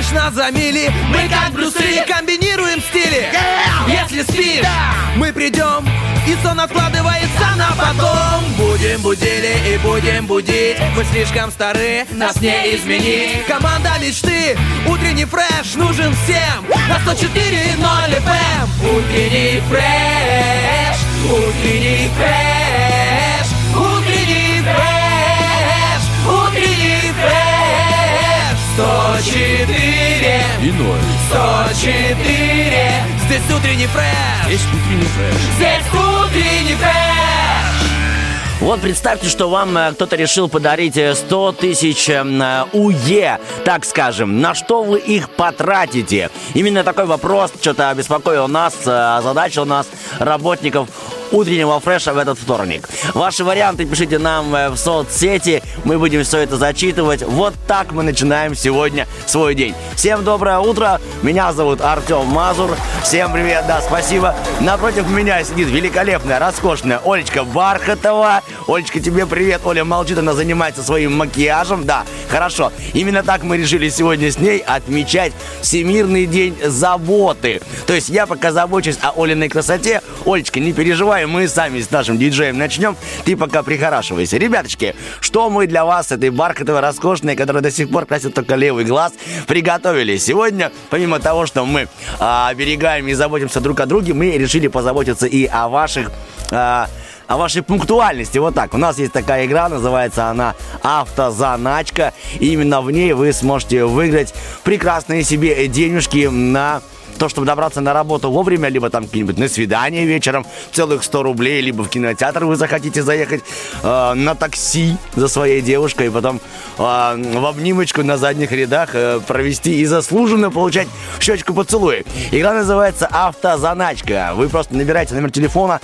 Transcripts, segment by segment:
нас за мили. Мы как Брюс Ли комбинируем стили. Если спишь, мы придем, и сон откладывается на потом. Будем будили и будем будить. Мы слишком стары, нас не изменить. Команда мечты, утренний фреш нужен всем. На 104.0 FM. Утренний фреш, утренний фреш, утренний фреш, утренний фреш. 104 и 0. 104. Здесь утренний фреш. Здесь утренний фреш. Здесь утренний фреш. Вот представьте, что вам кто-то решил подарить 100 тысяч УЕ, так скажем. На что вы их потратите? Именно такой вопрос что-то обеспокоил нас, озадачил нас, работников утреннего фреша в этот вторник. Ваши варианты пишите нам в соцсети. Мы будем все это зачитывать. Вот так мы начинаем сегодня свой день. Всем доброе утро. Меня зовут Артем Мазур. Всем привет, да, спасибо. Напротив меня сидит великолепная, роскошная Олечка Бархатова. Олечка, тебе привет. Оля молчит, она занимается своим макияжем. Да, хорошо. Именно так мы решили сегодня с ней отмечать Всемирный день заботы. То есть я пока забочусь о Олиной красоте. Олечка, не переживай, мы сами с нашим диджеем начнем. Ты пока прихорашивайся. Ребяточки, что мы для вас, этой бархатовой, роскошной, которая до сих пор красит только левый глаз, приготовили? Сегодня, помимо того, что мы оберегаем и заботимся друг о друге, мы решили позаботиться и о вашей пунктуальности. Вот так. У нас есть такая игра, называется она «Автозаначка». И именно в ней вы сможете выиграть прекрасные себе денежки на то, чтобы добраться на работу вовремя, либо там какие-нибудь на свидание вечером, целых 100 рублей, либо в кинотеатр вы захотите заехать на такси за своей девушкой, и потом в обнимочку на задних рядах провести и заслуженно получать щечку поцелуя. Игра называется «Автозаначка». Вы просто набираете номер телефона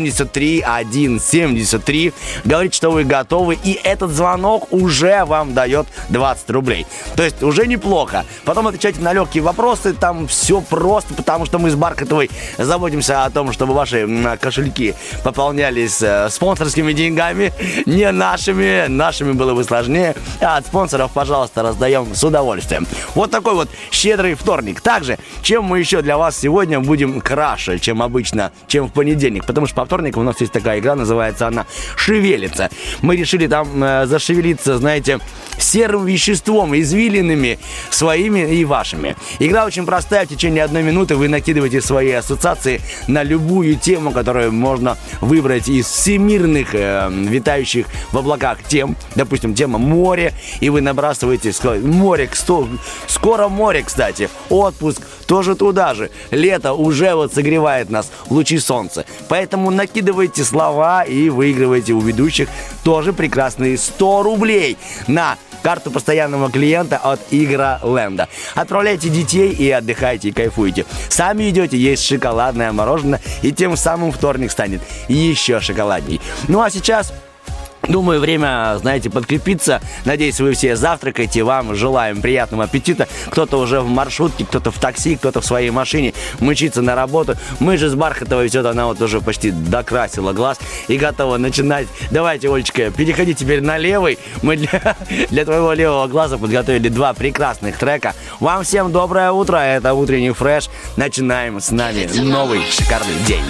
73173, говорите, что вы готовы, и этот звонок уже вам дает 20 рублей. То есть уже неплохо. Потом отвечайте на легкие вопросы, там все просто, потому что мы с Бархатовой заботимся о том, чтобы ваши кошельки пополнялись спонсорскими деньгами, не нашими. Нашими было бы сложнее. А от спонсоров, пожалуйста, раздаем с удовольствием. Вот такой вот щедрый вторник. Также, чем мы еще для вас сегодня будем краше, чем обычно, чем в понедельник. Потому что по вторникам у нас есть такая игра, называется она «Шевелится». Мы решили там зашевелиться, знаете, серым веществом, извилинами своими и вашими. Игра очень простая. В течение 1 минуты вы накидываете свои ассоциации на любую тему, которую можно выбрать из всемирных витающих в облаках тем. Допустим, тема море, и вы набрасываете море, скоро море, кстати, отпуск тоже туда же, лето уже вот согревает нас, лучи солнца. Поэтому накидывайте слова и выигрывайте у ведущих тоже прекрасные 100 рублей на карту постоянного клиента от Игроленда. Отправляйте детей и отдыхайте, и кайфуйте. Сами идете есть шоколадное мороженое, и тем самым вторник станет еще шоколадней. Ну а сейчас, думаю, время, знаете, подкрепиться. Надеюсь, вы все завтракаете. Вам желаем приятного аппетита. Кто-то уже в маршрутке, кто-то в такси, кто-то в своей машине мчится на работу. Мы же с Бархатовой все-то, она вот уже почти докрасила глаз и готова начинать. Давайте, Олечка, переходи теперь на левый. Мы для твоего левого глаза подготовили 2 прекрасных трека. Вам всем доброе утро. Это утренний фреш. Начинаем с нами новый шикарный день.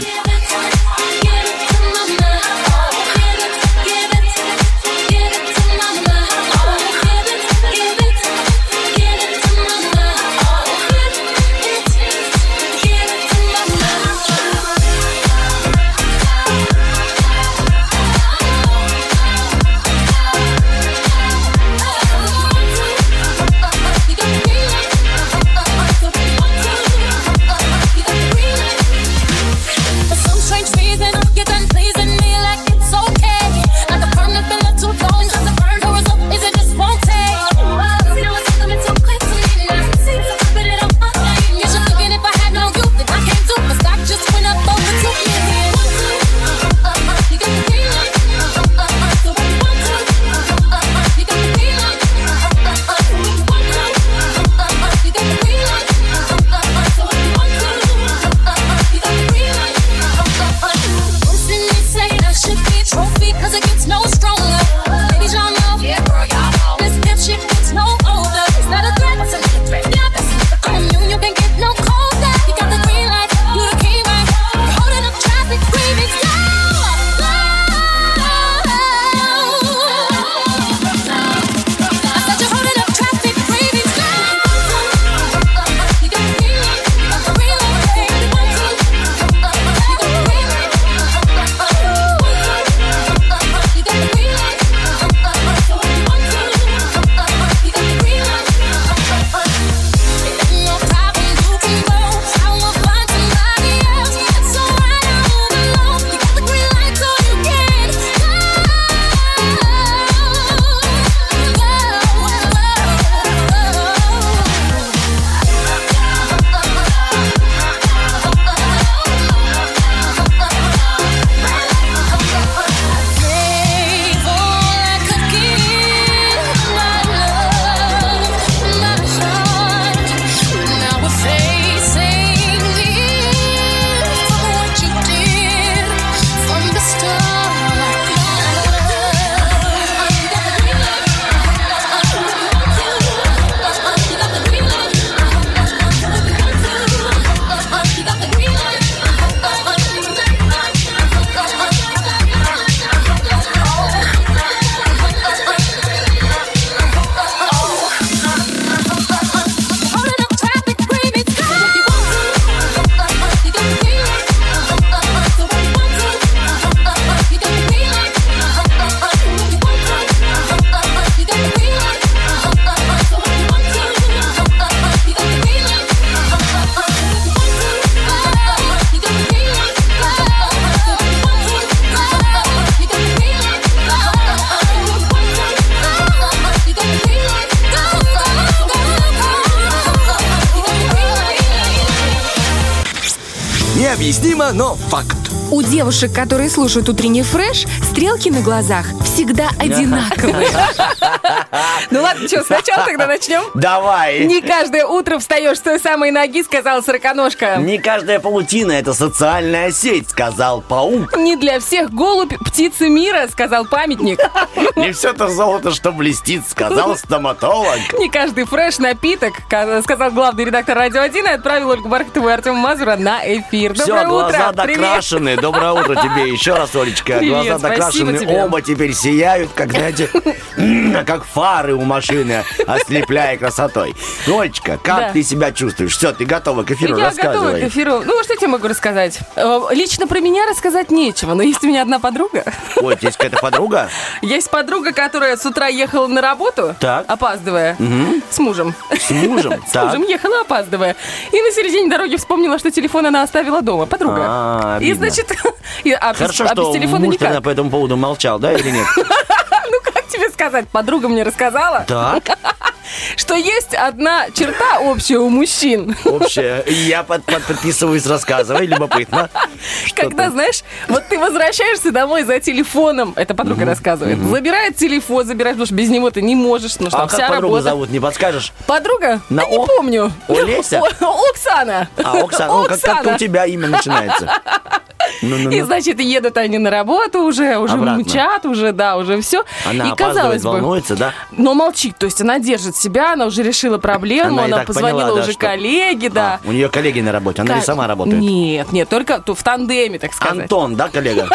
Необъяснимо, но факт. У девушек, которые слушают утренний фреш, стрелки на глазах всегда одинаковые. Ну ладно, что, сначала тогда начнем? Давай. Не каждое утро встаешь с той самой ноги, сказала сороконожка. Не каждая паутина — это социальная сеть, сказал паук. Не для всех голубь птицы мира, сказал памятник. Не все то золото, что блестит, сказал стоматолог. Не каждый фреш напиток, сказал главный редактор Радио 1 и отправил Ольгу Бархатову и Артема Мазура на эфир. Все, Доброе глаза утро. Привет. докрашены. Доброе утро тебе еще раз, Олечка. Привет, Глаза докрашены, тебе. оба теперь сияют, как, знаете, как фары у машины, ослепляя красотой. Ну, Олечка, как Да. ты себя чувствуешь? Все, ты готова к эфиру? Я Рассказывай. готова к эфиру. Ну, что я тебе могу рассказать? Лично про меня рассказать нечего, но есть у меня одна подруга. Ой, есть какая-то подруга? Есть подруга, которая с утра ехала на работу, Так. опаздывая, с мужем. С мужем? С мужем ехала, опаздывая. И на середине дороги вспомнила, что телефон она оставила дома. Подруга. И, обидно. значит, Хорошо, без что телефона муж никак. тогда по этому поводу молчал, да, или нет? Ну, как тебе сказать? Подруга мне рассказала, Так, что есть одна черта общая у мужчин. общее. Я подписываюсь, рассказывай, любопытно. Когда, знаешь, вот ты возвращаешься домой за телефоном, это подруга рассказывает, забирает телефон, потому что без него ты не можешь, потому что А там как вся подругу работа. зовут, не подскажешь? Подруга? На Да не О? помню. Олеся? Оксана. Оксана, ну, как у тебя имя начинается. Ну. И, значит, едут они на работу уже Обратно. мчат, уже все. Она И, опаздывает, казалось бы, волнуется, да? но молчит, то есть она держит себя, она уже решила проблему, Она и она так позвонила поняла, да, уже что- коллеге, да. У нее коллеги на работе, она не сама работает. Нет, только в тандеме, так сказать. Антон, да, коллега?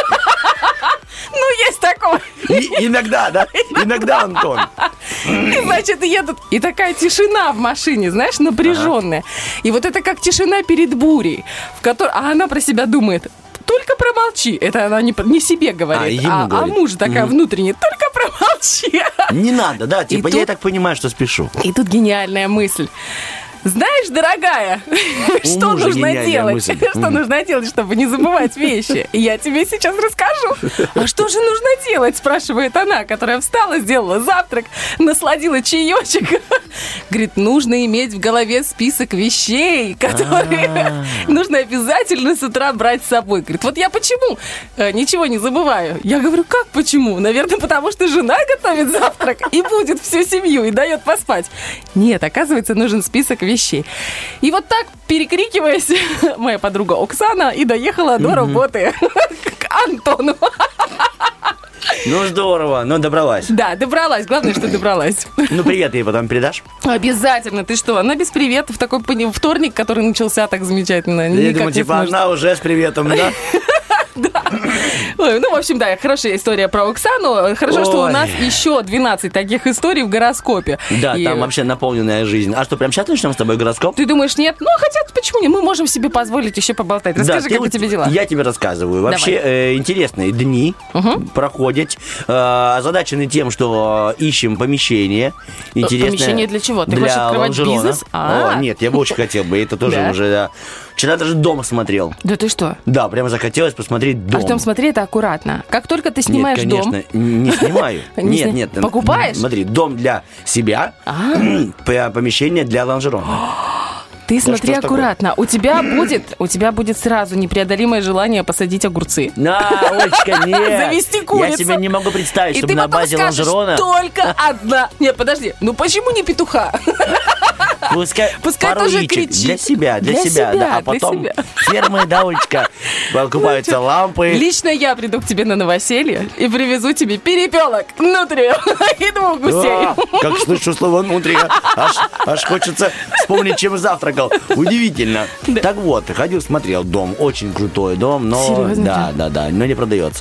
Ну, есть такое. Иногда, да? Иногда Антон. И, значит, едут. И такая тишина в машине, знаешь, напряженная. И вот это как тишина перед бурей, в которой... А она про себя думает, только промолчи. Это она не себе говорит, ему говорит. мужу такая внутренняя, только промолчи. Не надо, да, типа, И я и тут- так понимаю, что спешу. И тут гениальная мысль. Знаешь, дорогая, что мужа нужно гениальная делать? мысль. Что нужно делать, чтобы не забывать вещи? И я тебе сейчас расскажу. А что же нужно делать, спрашивает она, которая встала, сделала завтрак, насладила чаечек. Говорит, нужно иметь в голове список вещей, которые нужно обязательно с утра брать с собой. Говорит, вот я почему ничего не забываю? Я говорю, как почему? Наверное, потому что жена готовит завтрак и будет всю семью и дает поспать. Нет, оказывается, нужен список вещей. И вот так, перекрикиваясь, моя подруга Оксана и доехала до работы к Антону. Ну, здорово, но добралась. Да, добралась. Главное, что добралась. Ну, привет ей потом передашь? Обязательно. Ты что? Она без привета в такой вторник, который начался так замечательно. Я Никак думаю, не типа, сможет. она уже с приветом, да? Ой, ну, в общем, да, хорошая история про Оксану. Хорошо, что у Ой. нас еще 12 таких историй в гороскопе. Да, И там вообще наполненная жизнь. А что, прям сейчас начнем с тобой гороскоп? Ты думаешь, нет? Ну, хотя, почему не? Мы можем себе позволить еще поболтать. Расскажи, Да, как ты у тебя дела? Я тебе рассказываю. Вообще интересные дни проходят. Озадачены тем, что ищем помещение. Интересное Помещение для чего? Ты для хочешь открывать лонжерона. бизнес? О, нет, я бы очень хотел бы. Это тоже Да? уже, да. Вчера даже дом смотрел. Да ты что? Да, прямо захотелось посмотреть дом. А что, смотри, это аккуратно. Как только ты снимаешь Нет, дом... конечно, не снимаю. Не сни- Нет. Покупаешь? Смотри, дом для себя, помещение для лонжерона. Ты смотри что ж аккуратно. У тебя будет сразу непреодолимое желание посадить огурцы. На, Олечка, нет. Завести курицу. Я себе не могу представить, И чтобы ты на потом базе скажешь, лонжерона... только одна. Нет, подожди. Ну почему не петуха? Пускай тоже пару яичек кричит. для себя, Для себя, да. А для потом себя. фермы, да, Олечка, покупаются лампы. Лично я приду к тебе на новоселье и привезу тебе перепелок, нутрию и 2 гусей. А, как слышу слово «нутрия», аж хочется вспомнить, чем завтракал. Удивительно. Так вот, ходил, смотрел дом, очень крутой дом, но... Серьезно? Да, но не продается.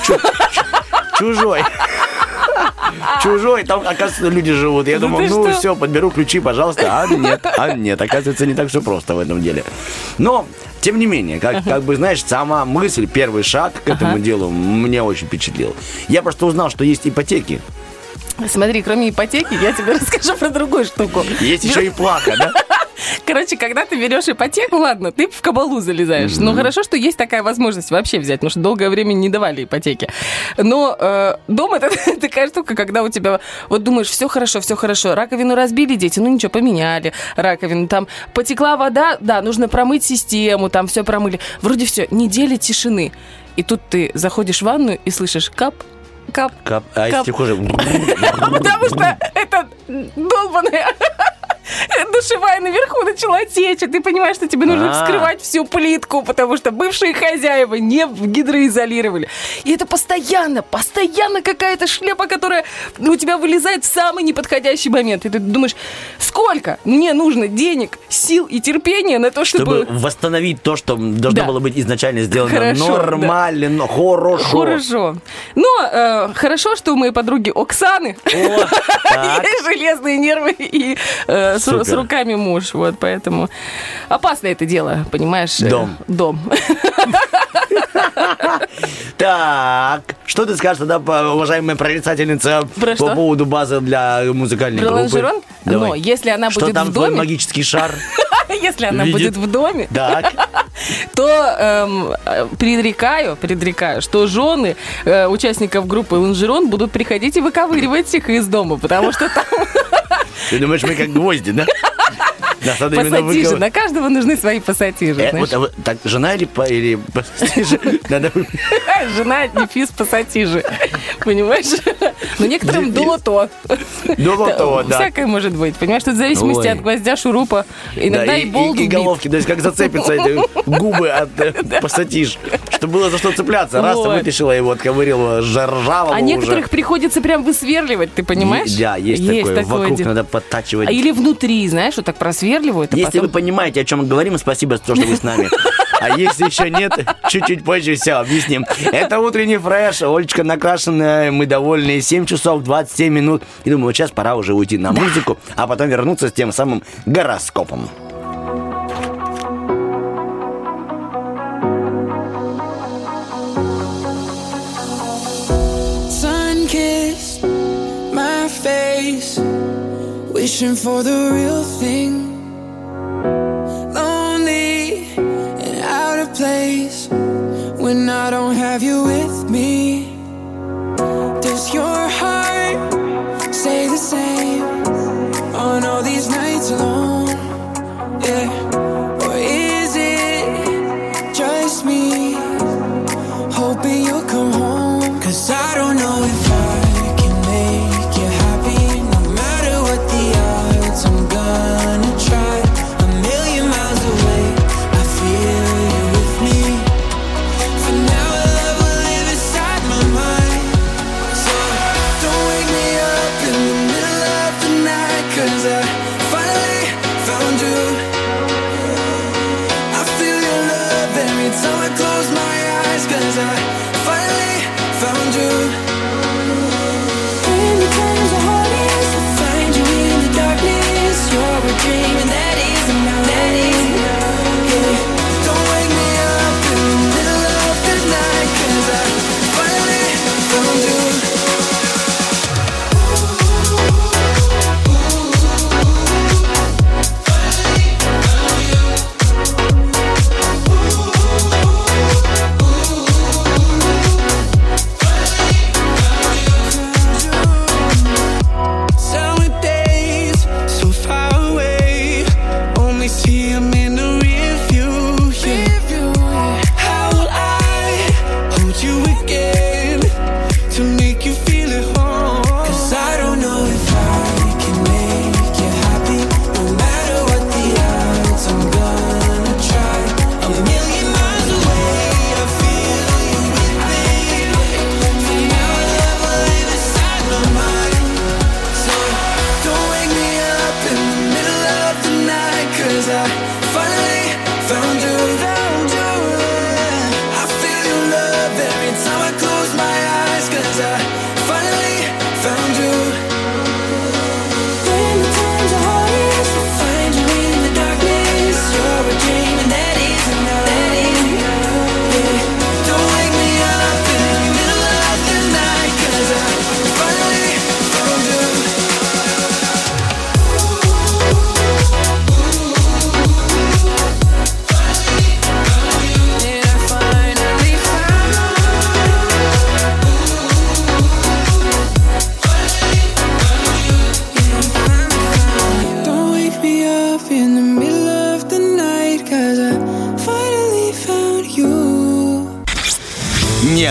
Чужой. Чужой, там, оказывается, люди живут. Я Да думал, ты ну что? все, подберу ключи, пожалуйста. А нет, оказывается, не так все просто в этом деле. Но, тем не менее, как бы, знаешь, сама мысль, первый шаг к этому делу меня очень впечатлил. Я просто узнал, что есть ипотеки. Смотри, кроме ипотеки, я тебе расскажу про другую штуку. Есть еще и плака, да? Короче, когда ты берешь ипотеку, ладно, ты в кабалу залезаешь. Но хорошо, что есть такая возможность вообще взять, потому что долгое время не давали ипотеки. Но дом это такая штука, когда у тебя, вот думаешь, все хорошо, раковину разбили дети, ну ничего, поменяли раковину, там потекла вода, да, нужно промыть систему, там все промыли. Вроде все, неделя тишины. И тут ты заходишь в ванную и слышишь кап, кап, Кап. А если хуже? потому что это долбаная душевая наверху начала течь, и ты понимаешь, что тебе нужно вскрывать всю плитку, потому что бывшие хозяева не гидроизолировали. И это постоянно какая-то шляпа, которая у тебя вылезает в самый неподходящий момент. И ты думаешь, сколько мне нужно денег, сил и терпения на то, чтобы восстановить то, что должно было быть изначально сделано хорошо, нормально, да. Хорошо. Но хорошо, что у моей подруги Оксаны есть железные нервы и с руками муж, вот, поэтому опасно это дело, понимаешь? Дом. Так, что ты скажешь тогда, уважаемая прорицательница, по поводу базы для музыкальной группы? Лонжерон? Но если она будет в доме... Что там твой магический шар? Если она будет в доме, то предрекаю, что жены участников группы Лонжерон будут приходить и выковыривать их из дома, потому что там... Ты думаешь, мы как гвозди, да? Пассатижи. На каждого нужны свои пассатижи. Так, жена или пассатижи? Жена, дефис, пассатижи. Понимаешь? Но некоторым дулото. Дулото, да. Всякое может быть. Понимаешь, тут в зависимости от гвоздя, шурупа. Иногда и болт и головки, то есть как зацепятся эти губы от пассатиж. Чтобы было за что цепляться. Раз ты вытащила его, отковырила ржавого уже. А некоторых приходится прям высверливать, ты понимаешь? Да, есть такое. Вокруг надо подтачивать. Или внутри, знаешь, вот так просверливают. Если вы понимаете, о чем мы говорим, спасибо за то, что вы с нами. А если еще нет, чуть-чуть позже все объясним. Это утренний фреш. Олечка накрашенная, мы довольны. 7 часов 27 минут. И думаю, вот сейчас пора уже уйти на музыку, а потом вернуться с тем самым гороскопом. Sun-kissed my face, wishing for the real thing. Lonely and out of place when I don't have you with me. Does your heart say the same on all these nights alone? Yeah. Or is it just me hoping you'll come home? 'Cause I don't know if I can make you happy. No matter what the odds, I'm gonna try. A million miles away, I feel you with me. For now, love will live inside my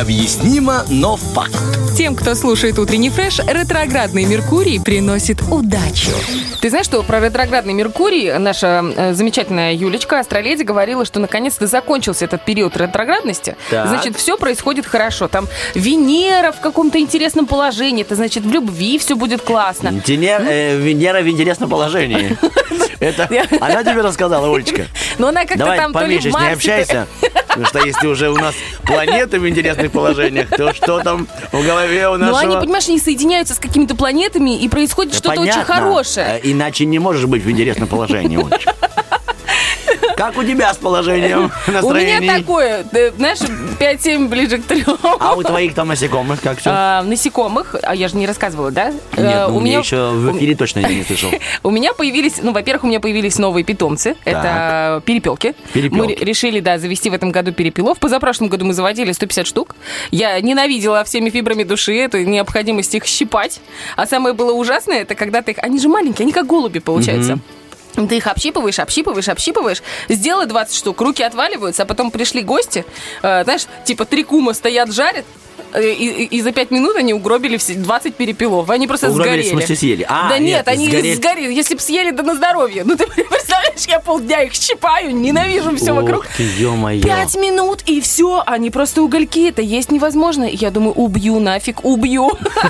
Необъяснимо, но факт. Тем, кто слушает утренний фреш, ретроградный Меркурий приносит удачу. Ты знаешь, что про ретроградный Меркурий наша замечательная Юлечка, астроледи, говорила, что наконец-то закончился этот период ретроградности. Так. Значит, все происходит хорошо. Там Венера в каком-то интересном положении. Это значит, в любви все будет классно. Венера в интересном положении. Это она тебе рассказала, Олечка? Но она как-то Давай там то ли поменьше в с ней Марсе, общайся. Потому что если уже у нас планеты в интересных положениях, то что там в голове у Но нашего... они, понимаешь, они соединяются с какими-то планетами, и происходит что-то очень Понятно. хорошее. Иначе не можешь быть в интересном положении, Олечка. Как у тебя с положением У настроения? меня такое, знаешь, 5-7 ближе к 3. А у твоих там насекомых как все? Насекомых, я же не рассказывала, да? Нет, у меня еще в эфире точно я не слышал. У меня появились, во-первых, у меня появились новые питомцы. Это перепелки. Мы решили, завести в этом году перепелов. Позапрошлом году мы заводили 150 штук. Я ненавидела всеми фибрами души эту необходимость их щипать. А самое было ужасное, это когда ты их... Они же маленькие, они как голуби, получается. Ты их общипываешь, сделай 20 штук, руки отваливаются, а потом пришли гости, знаешь, типа 3 кума стоят, жарят, и за 5 минут они угробили все 20 перепелов. Они просто угробили, сгорели. в смысле, съели? Нет, они сгорели. Если бы съели, да на здоровье. Ну, ты представляешь, я полдня их щипаю, ненавижу все вокруг. Ох ты, ё-моё. 5 минут, и все. Они просто угольки. Это есть невозможно. Я думаю, убью нафиг, убью.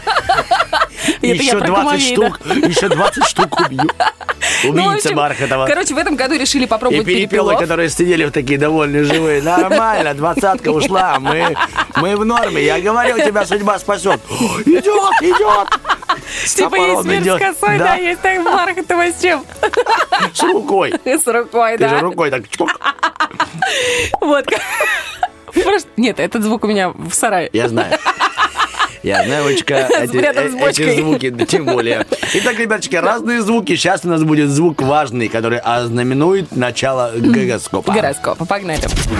Еще 20 штук, еще 20 штук убью. Убийца Бархатова. Короче, в этом году решили попробовать и перепелы, перепелов. которые сидели в такие довольные, живые. Нормально, 20-ка ушла, мы в норме. Я говорил, тебя судьба спасет. Идет. Типа есть смерть с косой, да, есть так Бархатова с чем? С рукой. С рукой, да. Ты же рукой так чпок. Вот. Нет, этот звук у меня в сарае. Я знаю, Олечка, эти звуки, да, тем более. Итак, ребяточки, разные звуки. Сейчас у нас будет звук важный, который ознаменует начало гороскопа. Погнали.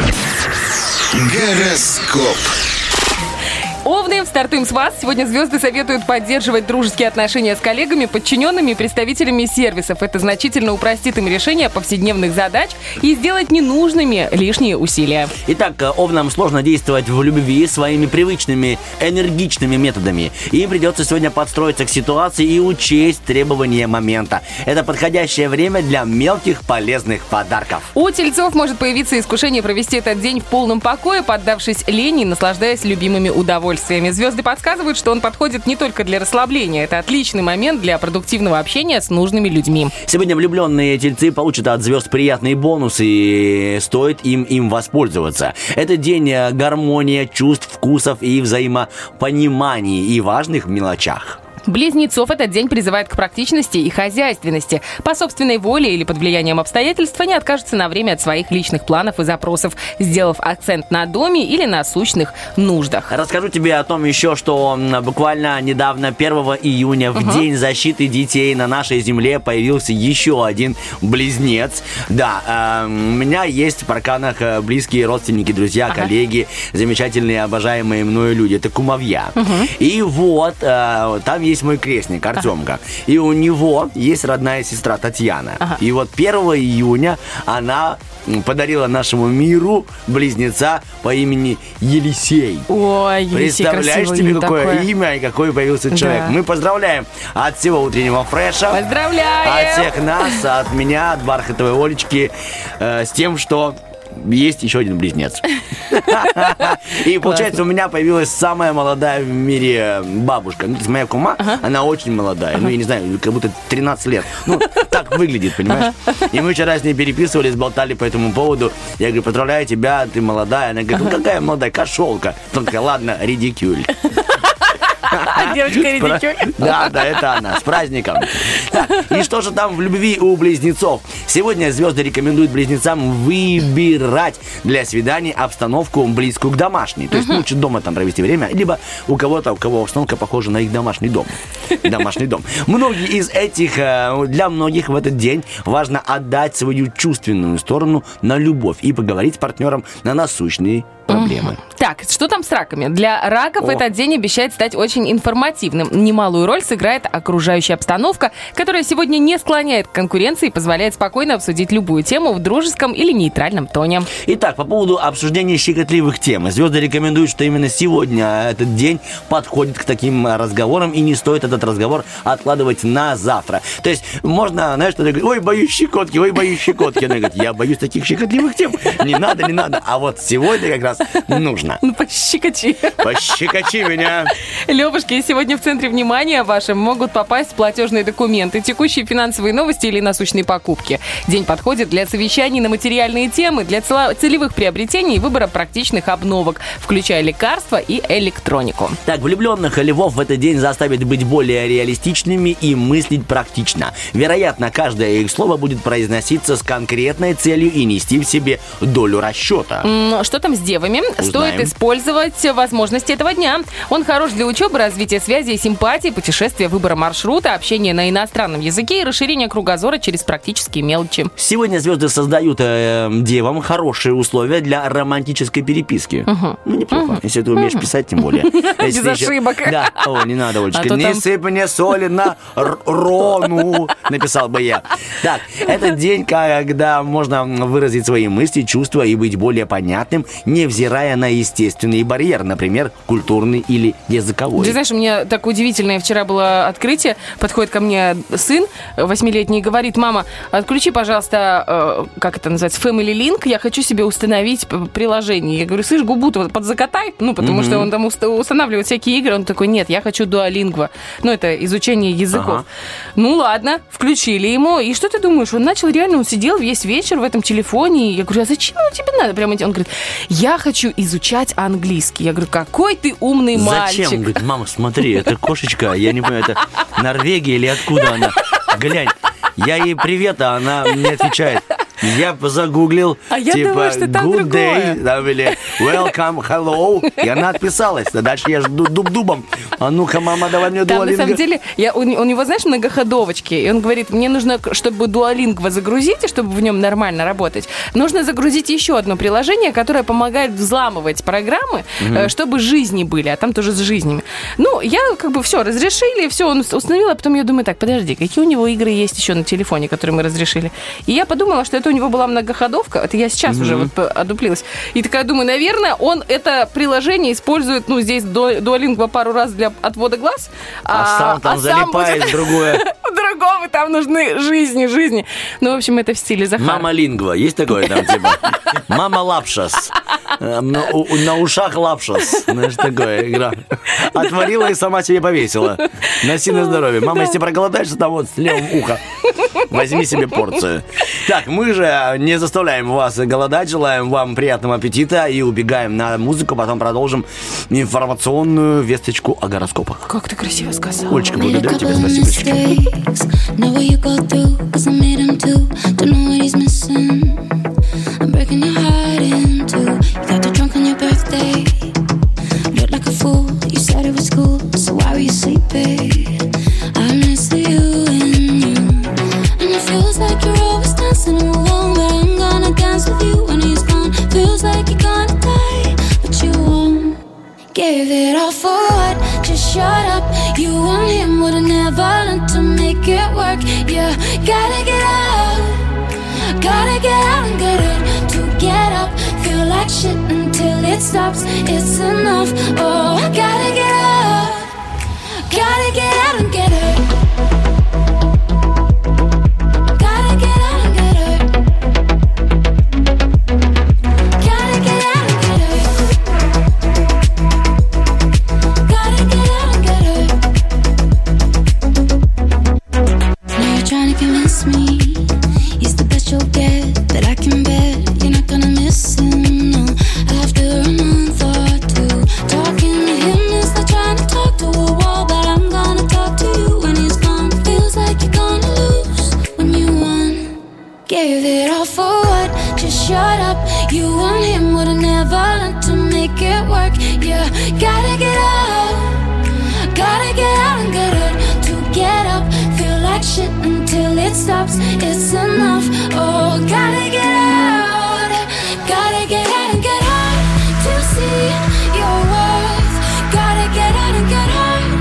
Гороскоп. Овны, стартуем с вас. Сегодня звезды советуют поддерживать дружеские отношения с коллегами, подчиненными и представителями сервисов. Это значительно упростит им решение повседневных задач и сделать ненужными лишние усилия. Итак, овнам сложно действовать в любви своими привычными, энергичными методами. Им придется сегодня подстроиться к ситуации и учесть требования момента. Это подходящее время для мелких полезных подарков. У тельцов может появиться искушение провести этот день в полном покое, поддавшись лени и наслаждаясь любимыми удовольствиями. Звезды подсказывают, что он подходит не только для расслабления. Это отличный момент для продуктивного общения с нужными людьми. Сегодня влюбленные тельцы получат от звезд приятные бонусы, и стоит им воспользоваться. Это день гармония чувств, вкусов и взаимопонимания и важных мелочах. Близнецов этот день призывает к практичности и хозяйственности. По собственной воле или под влиянием обстоятельств они откажутся на время от своих личных планов и запросов, сделав акцент на доме или насущных нуждах. Расскажу тебе о том еще, что буквально недавно, 1 июня, в День защиты детей, на нашей земле появился еще один близнец. Да, у меня есть в Парканах близкие родственники, друзья, коллеги, замечательные, обожаемые мною люди. Это кумовья. И вот, там есть мой крестник, Артемка. И у него есть родная сестра Татьяна. И вот 1 июня она подарила нашему миру близнеца по имени Елисей. Ой, Елисей, представляешь себе, какое такое имя и какой появился человек. Мы поздравляем от всего утреннего фреша. Поздравляем! От всех нас, от меня, от Бархатовой Олечки, с тем, что есть еще один близнец. И получается, у меня появилась самая молодая в мире бабушка. Ну, моя кума, она очень молодая. Ну, я не знаю, как будто 13 лет. Ну, так выглядит, понимаешь? И мы вчера с ней переписывались, болтали по этому поводу. Я говорю, поздравляю тебя, ты молодая. Она говорит, ну какая молодая, кошелка. Потом такая, ладно, редикюль. Девочка редикюль. Да, это она. С праздником. Так, и что же там в любви у близнецов? Сегодня звезды рекомендуют близнецам выбирать для свиданий обстановку близкую к домашней. То есть лучше дома там провести время, либо у кого-то, у кого обстановка похожа на их домашний дом. Домашний дом. Многие из этих, для многих в этот день важно отдать свою чувственную сторону на любовь и поговорить с партнером на насущные проблемы. Так, что там с раками? Для раков этот день обещает стать очень очень информативным. Немалую роль сыграет окружающая обстановка, которая сегодня не склоняет к конкуренции и позволяет спокойно обсудить любую тему в дружеском или нейтральном тоне. Итак, по поводу обсуждения щекотливых тем. Звезды рекомендуют, что именно сегодня этот день подходит к таким разговорам, и не стоит этот разговор откладывать на завтра. То есть можно, знаешь, что-то говорить: ой, боюсь щекотки, ой, боюсь щекотки. Она говорит: я боюсь таких щекотливых тем. Не надо, не надо. А вот сегодня как раз нужно. Ну, пощекочи. Пощекочи меня. Левушки, сегодня в центре внимания вашим могут попасть платежные документы, текущие финансовые новости или насущные покупки. День подходит для совещаний на материальные темы, для целевых приобретений и выбора практичных обновок, включая лекарства и электронику. Так, влюбленных львов в этот день заставит быть более реалистичными и мыслить практично. Вероятно, каждое их слово будет произноситься с конкретной целью и нести в себе долю расчета. Что там с девами? Узнаем. Стоит использовать возможности этого дня. Он хорош для учебы, развития связи и симпатии, путешествия, выбора маршрута, общения на иностранном языке и расширения кругозора через практические мелочи. Сегодня звезды создают девам хорошие условия для романтической переписки. Ну, неплохо, если ты умеешь писать, тем более. Без ошибок. Да, о, не надо, Олечка. А то Не там- сыпь мне соли на рону, написал бы я. Так, это день, когда можно выразить свои мысли, чувства и быть более понятным, невзирая на естественный барьер, например, культурный или языковой. Ты знаешь, у меня так удивительное вчера было открытие. Подходит ко мне сын 8-летний и говорит: мама, отключи, пожалуйста, как это называется, Family Link, я хочу себе установить приложение. Я говорю: слышь, губу-то вот подзакатай, ну, потому что он там устанавливает всякие игры. Он такой: нет, я хочу Duolingo. Ну, это изучение языков. Ага. Ну, ладно, включили ему. И что ты думаешь? Он начал реально, он сидел весь вечер в этом телефоне. И я говорю: а зачем тебе надо? Прямо он говорит: я хочу изучать английский. Я говорю: какой ты умный мальчик. Зачем? Говорит: мама, смотри, это кошечка, я не понимаю, это Норвегия или откуда она? Глянь, я ей привет, а она мне отвечает. Я загуглил, А я типа, думаю, что там good другое. day, там, или welcome, hello, и она отписалась. А дальше я жду дуб-дубом. А ну-ка, мама, давай мне Там, на Duolingo. самом деле, у него, знаешь, многоходовочки. И он говорит: мне нужно, чтобы Duolingo загрузить, и чтобы в нем нормально работать, нужно загрузить еще одно приложение, которое помогает взламывать программы, чтобы жизни были, а там тоже с жизнями. Ну, я как бы все разрешили, все он установил, а потом я думаю: так, подожди, какие у него игры есть еще на телефоне, которые мы разрешили? И я подумала, что это у него была многоходовка. Это я сейчас уже вот одуплилась. И такая думаю: наверное, он это приложение использует, ну, здесь Duolingo пару раз для отвода глаз, А сам там залипает в другое. у другого там нужны жизни. Ну, в общем, это в стиле Захара. Мама лингва, есть такое там, типа? Мама лапшас. На ушах лапшас. Знаешь, такое игра. Отварила и сама себе повесила. Носи на здоровье. Мама, если проголодаешься, там вот с левым уха. Возьми себе порцию. Так, мы же не заставляем вас голодать, желаем вам приятного аппетита и убегаем на музыку, потом продолжим информационную весточку о гороскопах. Как ты красиво сказала. Олечка, благодарю тебя, спасибо. Know what you go through, 'cause I made him too. Don't know what he's missing. I'm breaking your heart in two. You got too drunk on your birthday. Looked like a fool, you said it was cool. So why were you sleeping? I miss you and you. And it feels like you're always dancing alone, but I'm gonna dance with you when he's gone. Feels like you're gonna die, but you won't. Gave it all for what? Just shut up. You and him would've never learned to make it work. Yeah, gotta get out. Gotta get out and get it. To get up, feel like shit until it stops. It's enough. Oh, gotta get out. Gotta get out and get it. Gotta get out and get it. Gotta get out and get it. Gotta get out and get it. Now you're trying to convince me he's the best you'll get, but I can bet you're not gonna miss him, no. After a month or two, talking to him is like trying to talk to a wall, but I'm gonna talk to you when he's gone. Feels like you're gonna lose when you won. Gave it all for what? Just shut up. You and him would've never learned to make it work. Yeah, gotta get out. Gotta get out and get it. To get up, feel like shit until it stops. It's enough. Oh, gotta get out. Gotta get out and get out to see your worth. Gotta get out and get out.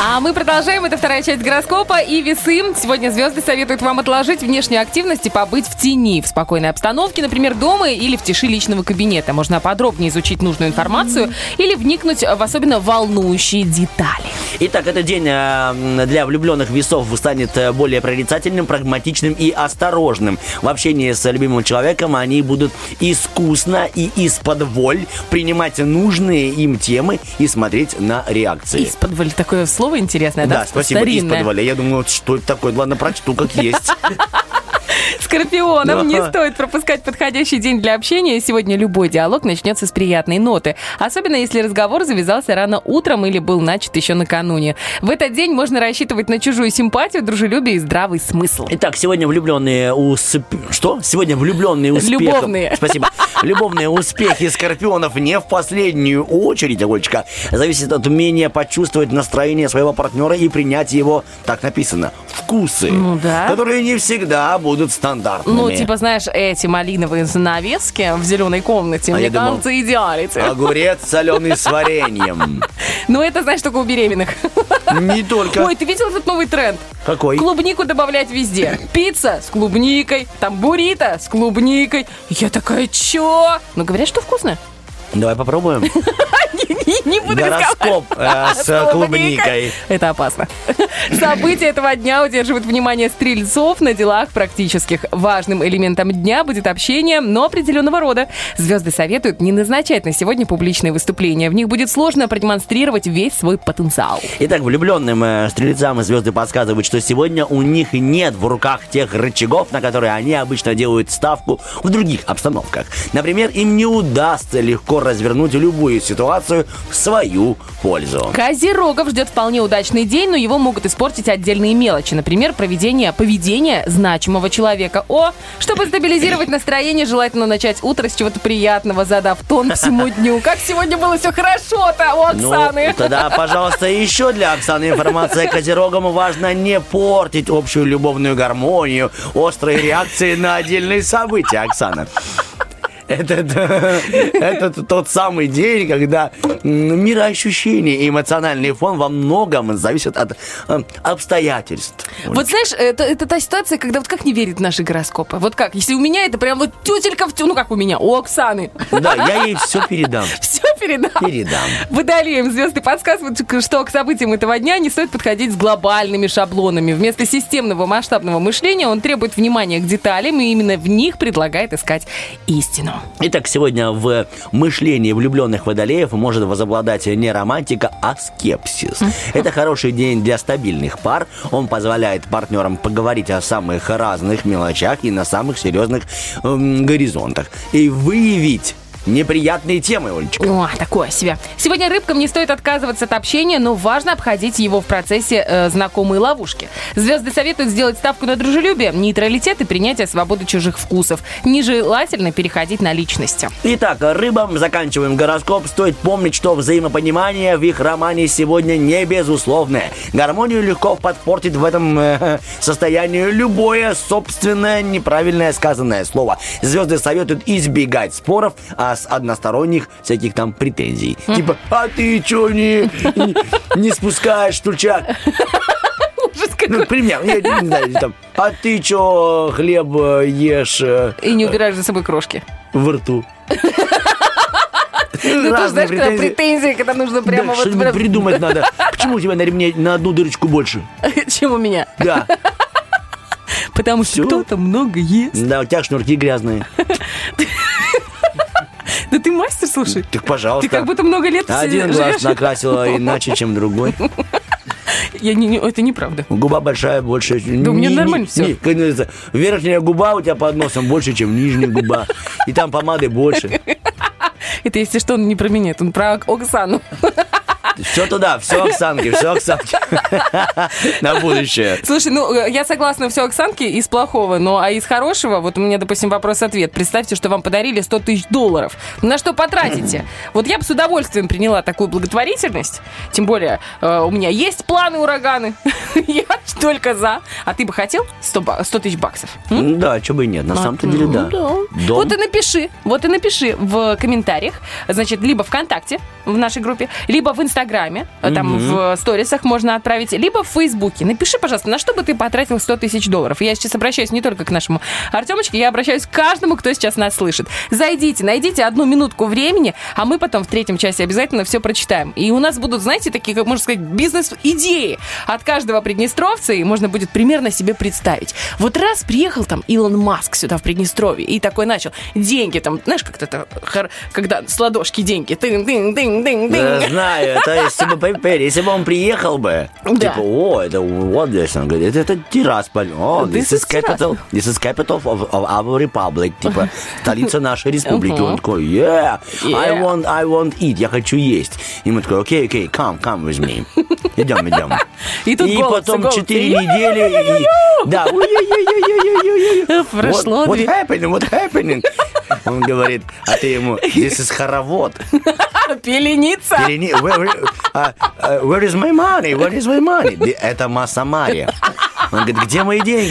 А мы продолжаем. Это вторая часть гороскопа и весы. Сегодня звезды советуют вам отложить внешнюю активность и побыть в тени, в спокойной обстановке, например, дома или в тиши личного кабинета. Можно подробнее изучить нужную информацию или вникнуть в особенно волнующие детали. Итак, этот день для влюбленных весов станет более прорицательным, прагматичным и осторожным. В общении с любимым человеком они будут искусно и исподволь принимать нужные им темы и смотреть на реакции. Исподволь, такое слово интересное, да? Да, спасибо, Старинное. исподволь. Я думаю, что это такое? Ладно, прочту, как есть. Скорпионам не стоит пропускать подходящий день для общения. Сегодня любой диалог начнется с приятной ноты. Особенно, если разговор завязался рано утром или был начат еще накануне. В этот день можно рассчитывать на чужую симпатию, дружелюбие и здравый смысл. Итак, сегодня влюбленные Что? Сегодня влюбленные успехи. Любовные. Спасибо. Любовные успехи скорпионов не в последнюю очередь, Олечка, зависит от умения почувствовать настроение своего партнера и принять его, так написано, вкусы, да. которые не всегда будут стандартными. Ну, типа, знаешь, эти малиновые занавески в зеленой комнате, мне кажется, идеалити. Огурец соленый с вареньем. Ну, это, знаешь, только у беременных. Не только. Ой, ты видел этот новый тренд? Какой? Клубнику добавлять везде. Пицца с клубникой, там буррито с клубникой. Я такая, чё? Ну, говорят, что вкусно. Давай попробуем. Не буду Гороскоп с клубникой. Это опасно. События этого дня удерживают внимание стрельцов на делах практических. Важным элементом дня будет общение, но определенного рода. Звезды советуют не назначать на сегодня публичные выступления. В них будет сложно продемонстрировать весь свой потенциал. Итак, влюбленным стрельцам звезды подсказывают, что сегодня у них нет в руках тех рычагов, на которые они обычно делают ставку в других обстановках. Например, им не удастся легко развернуть любую ситуацию в свою пользу. Козерогов ждет вполне удачный день, но его могут испортить отдельные мелочи. Например, поведение значимого человека. Чтобы стабилизировать настроение, желательно начать утро с чего-то приятного, задав тон всему дню. Как сегодня было все хорошо-то у Оксаны. Ну, тогда, пожалуйста, еще для Оксаны информация. Козерогам важно не портить общую любовную гармонию, острые реакции на отдельные события, Оксана. Это тот самый день, когда мироощущение и эмоциональный фон во многом зависят от обстоятельств. Вот знаешь, это та ситуация, когда вот как не верит в наши гороскопы. Вот как, если у меня это прям вот тютелька ну как у меня, у Оксаны. Да, я ей все передам. Все передам? Передам. Водолеям звезды подсказывают, что к событиям этого дня не стоит подходить с глобальными шаблонами. Вместо системного масштабного мышления он требует внимания к деталям, и именно в них предлагает искать истину. Итак, сегодня в мышлении влюбленных водолеев может возобладать не романтика, а скепсис. Это хороший день для стабильных пар. Он позволяет партнерам поговорить о самых разных мелочах и на самых серьезных горизонтах. И выявить неприятные темы, Олечка. О, такое себе. Сегодня рыбкам не стоит отказываться от общения, но важно обходить его в процессе знакомой ловушки. Звезды советуют сделать ставку на дружелюбие, нейтралитет и принятие свободы чужих вкусов. Нежелательно переходить на личности. Итак, рыбам заканчиваем гороскоп. Стоит помнить, что взаимопонимание в их романе сегодня не безусловное. Гармонию легко подпортит в этом состоянии любое собственное неправильное сказанное слово. Звезды советуют избегать споров, с односторонних всяких там претензий. Типа, а ты чё не спускаешь стульчак? Ужас какой. Ну, пример, я не знаю, там, а ты чё хлеб ешь? И не убираешь за собой крошки. В рту. Ну, ты знаешь, когда претензии, когда нужно прямо вот... Что-нибудь придумать надо. Почему у тебя на ремне на одну дырочку больше? Чем у меня? Да. Потому что кто-то много ест. Да, у тебя шнурки грязные. Да ты мастер, слушай. Так, пожалуйста. Ты как будто много лет один глаз накрасила иначе, чем другой. Это неправда. Губа большая, больше. Да у меня нормально все. Верхняя губа у тебя под носом больше, чем нижняя губа. И там помады больше. Это, если что, он не про меня, он про Оксану. Все туда, все Оксанки, все Оксанки. На будущее. Слушай, я согласна, все Оксанки из плохого, а из хорошего, вот у меня, допустим, вопрос-ответ. Представьте, что вам подарили $100 000. На что потратите? Вот я бы с удовольствием приняла такую благотворительность. Тем более, у меня есть планы ураганы. Я только за. А ты бы хотел $100 000? Да, чего бы и нет. На самом-то деле, да. Вот и напиши в комментариях, значит, либо ВКонтакте в нашей группе, либо в Инстаграме Инстаграме, там в сторисах можно отправить, либо в Фейсбуке. Напиши, пожалуйста, на что бы ты потратил $100 тысяч. Я сейчас обращаюсь не только к нашему Артемочке, я обращаюсь к каждому, кто сейчас нас слышит. Зайдите, найдите 1 минутку времени, а мы потом в 3-м часе обязательно все прочитаем. И у нас будут, знаете, такие, как можно сказать, бизнес-идеи от каждого приднестровца, и можно будет примерно себе представить. Вот раз приехал там Илон Маск сюда в Приднестровье и такой начал деньги там, знаешь, как это, когда с ладошки деньги, тын-тын-тын-тын-тын. Да, знаю, это если бы он приехал бы, типа, это вот здесь, он говорит, это Тирасполь, this is capital of our republic, типа, столица нашей республики. Он такой, I want eat, я хочу есть. И мы такой, окей, come with me. Идем. И потом 4 недели, да, прошло what happening? Он говорит, а ты ему, this is хоровод. Пеленица. Where is my money? Это Масса-Мария. Он говорит, где мои деньги?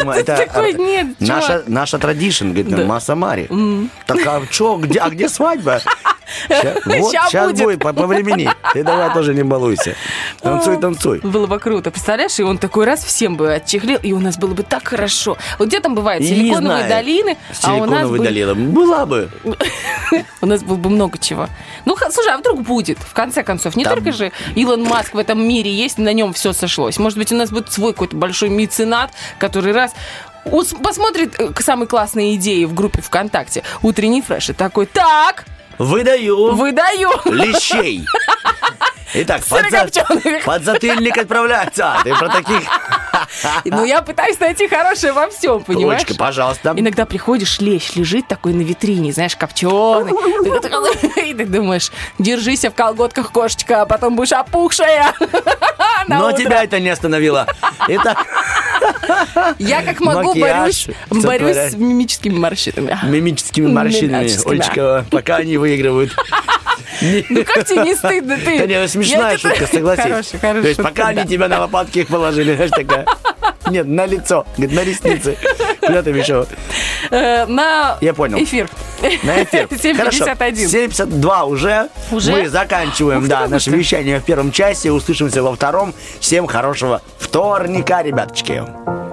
Это наша традиция, говорит, Масса-Мария. Так, а что, где свадьба? Сейчас будет, по времени. Ты давай тоже не балуйся. Танцуй. Было бы круто. Представляешь, и он такой раз всем бы отчехлил, и у нас было бы так хорошо. Вот где там бывают силиконовые долины, а у нас долина. Была бы. У нас было бы много чего. Ну, слушай, а вдруг будет? В конце концов, не только же Илон Маск в этом мире есть, на нем все сошлось. Может быть, у нас будет свой какой-то большой меценат, который раз посмотрит самые классные идеи в группе ВКонтакте «Утренний фреш» и такой, так... Выдаю. Лещей. Итак, подзатыльник отправляется. Ты про таких... Ну, я пытаюсь найти хорошее во всем, понимаешь? Дочка, пожалуйста. Иногда приходишь, лещ лежит такой на витрине, знаешь, копченый. И ты думаешь, держись в колготках, кошечка, а потом будешь опухшая. Но тебя это не остановило. Итак... Я как могу борюсь с мимическими морщинами. Олечка, пока они выигрывают. Ну как тебе не стыдно? Да нет, смешная шутка, согласись. Хорошая. То есть пока они тебя на лопатки их положили, знаешь, такая... Нет, на лицо, говорит, на ресницы. Куда ты еще? На эфир. На эфир. 7:51. 7:52 уже. Мы заканчиваем, наше вещание в 1-м часе. Услышимся во 2-м. Всем хорошего вторника, ребяточки.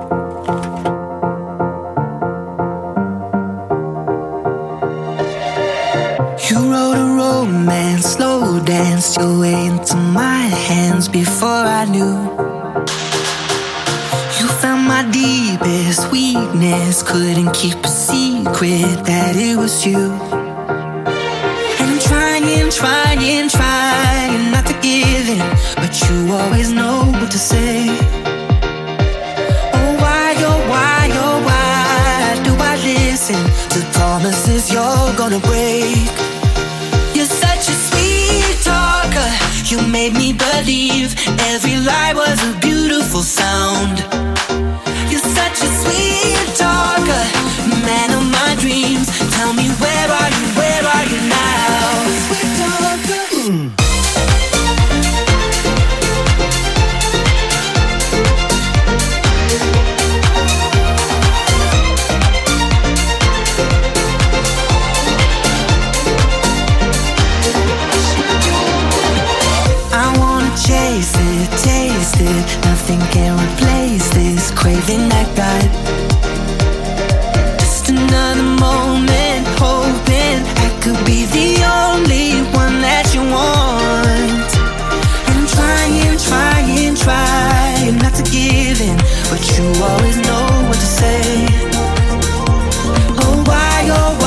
You wrote a romance, slow danced your way into my hands before I knew. You found my deepest weakness, couldn't keep a secret that it was you. And I'm trying not to give in, but you always know what to say. Oh why do I listen to promises you're gonna break? You're such a sweet talker, you made me believe every lie was a beautiful sound. You're such a sweet talker, man of my dreams. Tell me where are you now? Sweet talker. Chase it, taste it, nothing can replace this craving I got. Just another moment, hoping I could be the only one that you want. And I'm trying not to give in, but you always know what to say. Oh why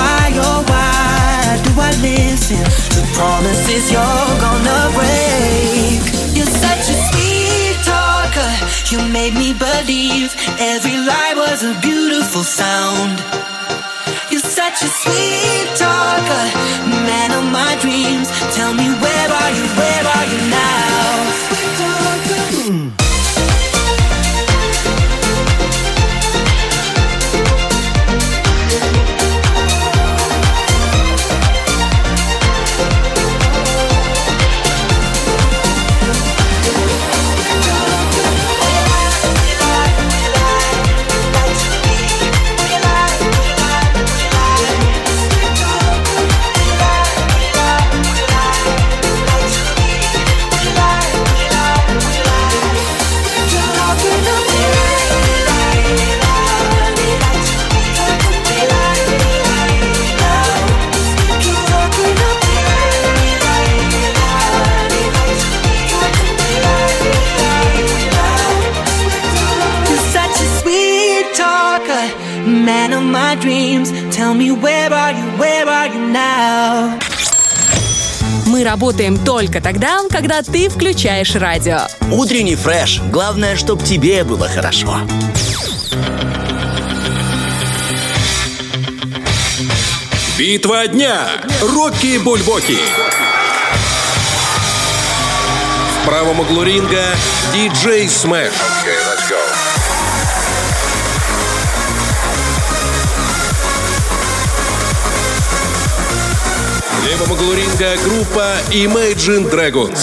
do I listen to promises you're gonna break? You're such a sweet talker, you made me believe every lie was a beautiful sound. You're such a sweet talker, man of my dreams. Tell me where are you now? Sweet talker. man of my dreams. Tell me, where are you now? Мы работаем только тогда, когда ты включаешь радио. Утренний фреш. Главное, чтобы тебе было хорошо. Битва дня. Рокки Бульбоки. В правом углу ринга диджей Смэш. В левом углу ринга группа Imagine Dragons.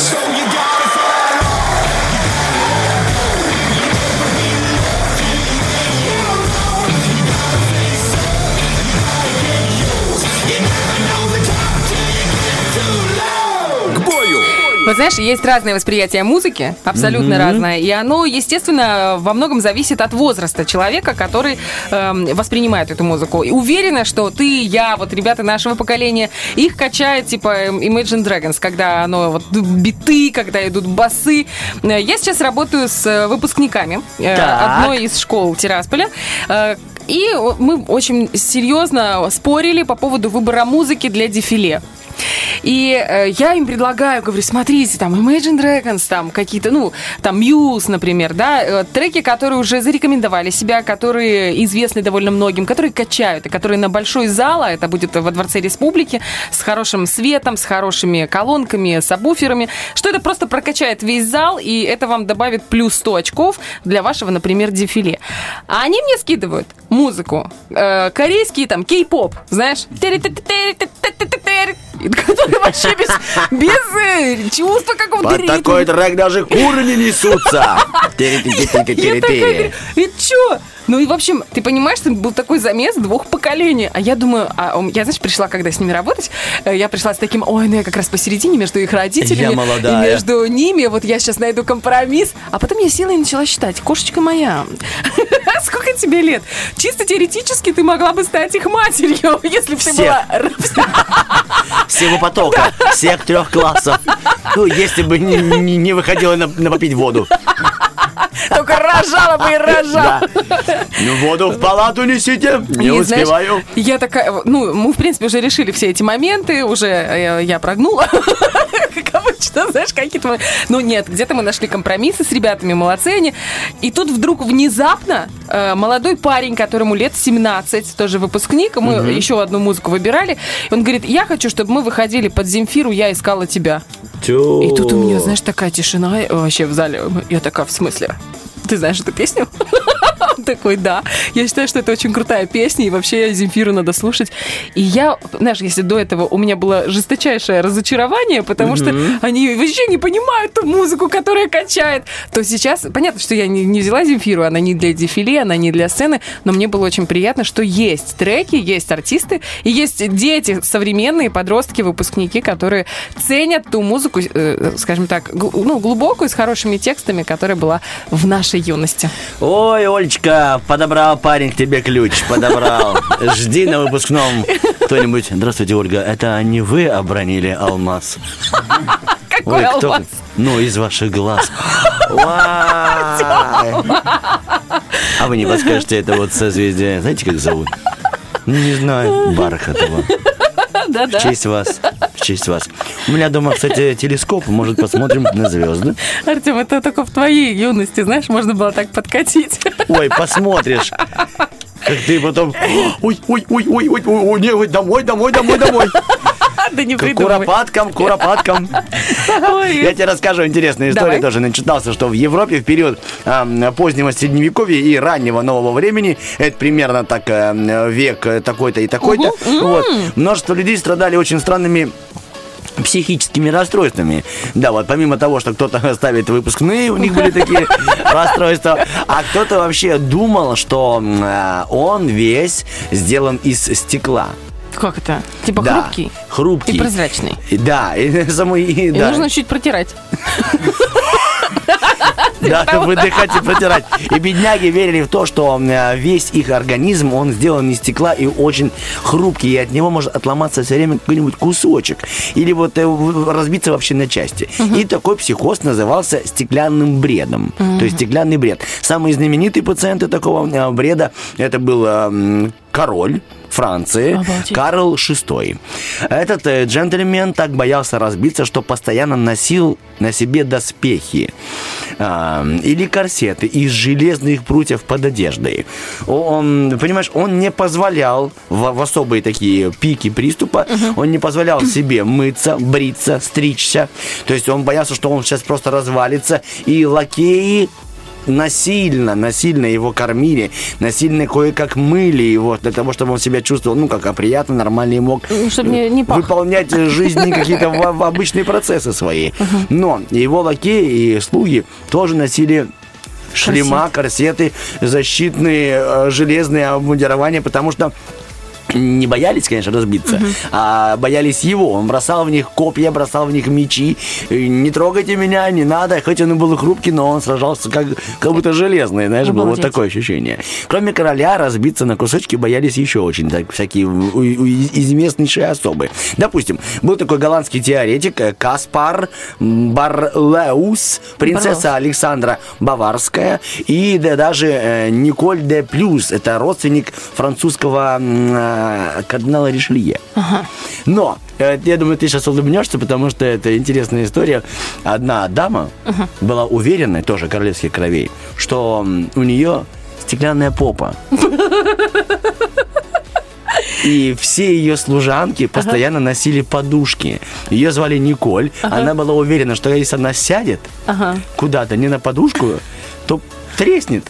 Вот знаешь, есть разное восприятие музыки, абсолютно разное, и оно, естественно, во многом зависит от возраста человека, который воспринимает эту музыку. И уверена, что ты, я, вот ребята нашего поколения, их качает типа Imagine Dragons, когда оно вот биты, когда идут басы. Я сейчас работаю с выпускниками одной из школ Тирасполя. И мы очень серьезно спорили по поводу выбора музыки для дефиле. И я им предлагаю, говорю, смотрите, там Imagine Dragons, там какие-то, ну, там Muse, например, да, треки, которые уже зарекомендовали себя, которые известны довольно многим, которые качают, и которые на большой зал, а это будет во Дворце Республики, с хорошим светом, с хорошими колонками, сабвуферами, что это просто прокачает весь зал, и это вам добавит плюс 100 очков для вашего, например, дефиле. А они мне скидывают музыку, корейский, там, кей-поп, знаешь, который вообще без чувства какого-то ритма. Под такой трек даже куры не несутся. И чё? Ну и, в общем, ты понимаешь, что был такой замес двух поколений. А я думаю, я, знаешь, пришла, когда с ними работать, я пришла с таким, ой, ну я как раз посередине между их родителями. Я молодая. И между ними, вот я сейчас найду компромисс. А потом я села и начала считать. Кошечка моя, сколько тебе лет? Чисто теоретически ты могла бы стать их матерью, если бы ты была... Всего потока, всех 3 классов. Ну, если бы не выходила на попить воду. Только рожала бы и рожала. Да. Ну, воду в палату несите, не успеваю. Знаешь, я такая, ну, мы, в принципе, уже решили все эти моменты, уже я прогнула. Как обычно, знаешь, какие-то... Ну, нет, где-то мы нашли компромиссы с ребятами, молодцы они. И тут вдруг внезапно молодой парень, которому лет 17, тоже выпускник, мы еще одну музыку выбирали, и он говорит, я хочу, чтобы мы выходили под Земфиру «Я искала тебя». И тут у меня, знаешь, такая тишина вообще в зале. Я такая, в смысле? Ты знаешь эту песню? Он такой, да. Я считаю, что это очень крутая песня, и вообще Земфиру надо слушать. И я, знаешь, если до этого у меня было жесточайшее разочарование, потому что они вообще не понимают ту музыку, которая качает, то сейчас, понятно, что я не взяла Земфиру, она не для дефиле, она не для сцены, но мне было очень приятно, что есть треки, есть артисты, и есть дети, современные подростки, выпускники, которые ценят ту музыку, скажем так, ну, глубокую, с хорошими текстами, которая была в нашей юности. Ой, Олечка, подобрал парень к тебе ключ, подобрал. Жди на выпускном кто-нибудь. Здравствуйте, Ольга, это не вы обронили алмаз? Какой алмаз? Ну, из ваших глаз. А вы не подскажете, это вот созвездие, знаете, как зовут? Не знаю, Бархатова. Да-да. В честь вас. В честь вас. У меня дома, кстати, телескоп. Может, посмотрим на звезды. Артем, это только в твоей юности, знаешь, можно было так подкатить. Ой, посмотришь. Как ты потом... Ой, домой. Да не придумывай. Куропаткам. Я тебе расскажу интересную историю. Тоже начитался, что в Европе в период позднего средневековья и раннего нового времени, это примерно так век такой-то и такой-то, вот, множество людей страдали очень странными психическими расстройствами. Да, вот помимо того, что кто-то ставит выпускные, у них были такие расстройства, а кто-то вообще думал, что он весь сделан из стекла. Как это? Типа да, хрупкий? Хрупкий. И прозрачный. Да, и нужно чуть протирать. Да, выдыхать и протирать. И бедняги верили в то, что весь их организм, он сделан из стекла и очень хрупкий, и от него может отломаться все время какой-нибудь кусочек. Или вот разбиться вообще на части. И такой психоз назывался стеклянным бредом. То есть стеклянный бред. Самые знаменитые пациенты такого бреда, это был король Франции, Обалдеть. Карл VI. Этот джентльмен так боялся разбиться, что постоянно носил на себе доспехи или корсеты из железных прутьев под одеждой. Он, понимаешь, он не позволял в особые такие пики приступа, он не позволял себе мыться, бриться, стричься. То есть он боялся, что он сейчас просто развалится, и лакеи насильно его кормили, насильно кое-как мыли его для того, чтобы он себя чувствовал, как приятно, нормально и мог Чтобы не пах. выполнять в жизни какие-то обычные процессы свои. Но его лакеи и слуги тоже носили шлема, корсеты, защитные железные обмундирования, потому что не боялись, конечно, разбиться, а боялись его. Он бросал в них копья, бросал в них мечи. Не трогайте меня, не надо. Хоть он и был хрупкий, но он сражался как будто железный. Знаешь, было вот такое ощущение. Кроме короля, разбиться на кусочки боялись еще очень всякие известнейшие особы. Допустим, был такой голландский теоретик Каспар Барлеус, принцесса Александра Баварская и даже Николь де Плюс. Это родственник французского кардинала Ришелье. Но, я думаю, ты сейчас улыбнешься, потому что это интересная история. Одна дама была уверена, тоже королевских кровей, что у нее стеклянная попа. И все ее служанки постоянно носили подушки. Ее звали Николь. Она была уверена, что если она сядет куда-то не на подушку, то треснет.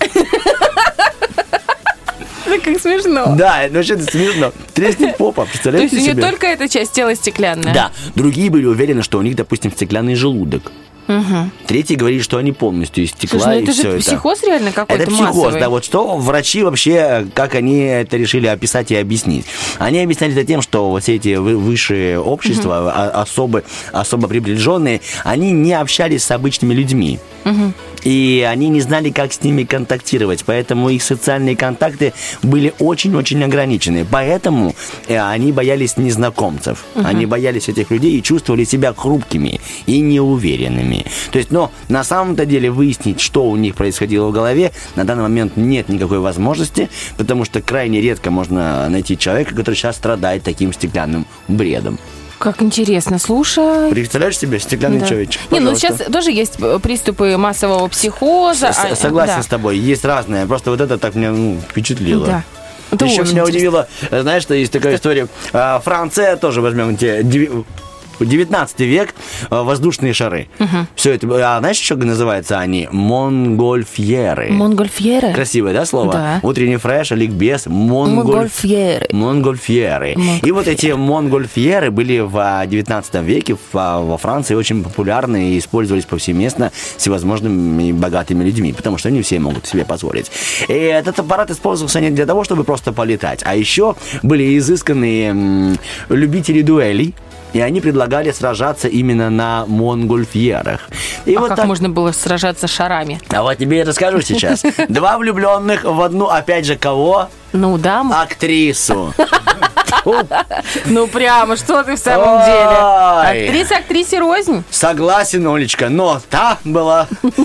Это как смешно. Да, это вообще смешно. Треснет попа, То представляете есть у себе? нее только эта часть тела стеклянная? Да, другие были уверены, что у них, допустим, стеклянный желудок. Третьи говорили, что они полностью из стекла. Слушай, ну и это все же это. психоз реально какой-то Это психоз, массовый. да, вот что врачи вообще, как они это решили описать и объяснить. Они объясняли это тем, что вот все эти высшие общества, особо приближенные, они не общались с обычными людьми. И они не знали, как с ними контактировать, поэтому их социальные контакты были очень-очень ограничены. Поэтому они боялись незнакомцев, они боялись этих людей и чувствовали себя хрупкими и неуверенными. То есть, но на самом-то деле выяснить, что у них происходило в голове, на данный момент нет никакой возможности, потому что крайне редко можно найти человека, который сейчас страдает таким стеклянным бредом. Как интересно, слушай. Представляешь себе стеклянный человечек? Не, ну Пожалуйста. сейчас тоже есть приступы массового психоза. Согласен да. с тобой, есть разное. Просто вот это так меня впечатлило. Да. Это Еще очень меня интересно. удивило, знаешь, что есть такая история. Франция, тоже возьмем те 19 век, воздушные шары. Все это, знаешь, что называются они? Монгольфьеры. Монгольфьеры? Красивое, да, слово? Да. Утренний фреш, ликбез. Монгольфьеры. Монгольфьеры. И вот эти монгольфьеры были в 19 веке во Франции очень популярны и использовались повсеместно всевозможными богатыми людьми, потому что не все могут себе позволить. И этот аппарат использовался не для того, чтобы просто полетать, а еще были изысканные любители дуэлей, и они предлагали сражаться именно на монгольфьерах. И А вот как так... можно было сражаться шарами? А вот тебе и расскажу сейчас. Два влюбленных в одну, опять же, кого? Ну, да. Актрису. Ну, прямо, что ты в самом Ой. деле? Актриса актрисе рознь. Согласен, Олечка, но та была...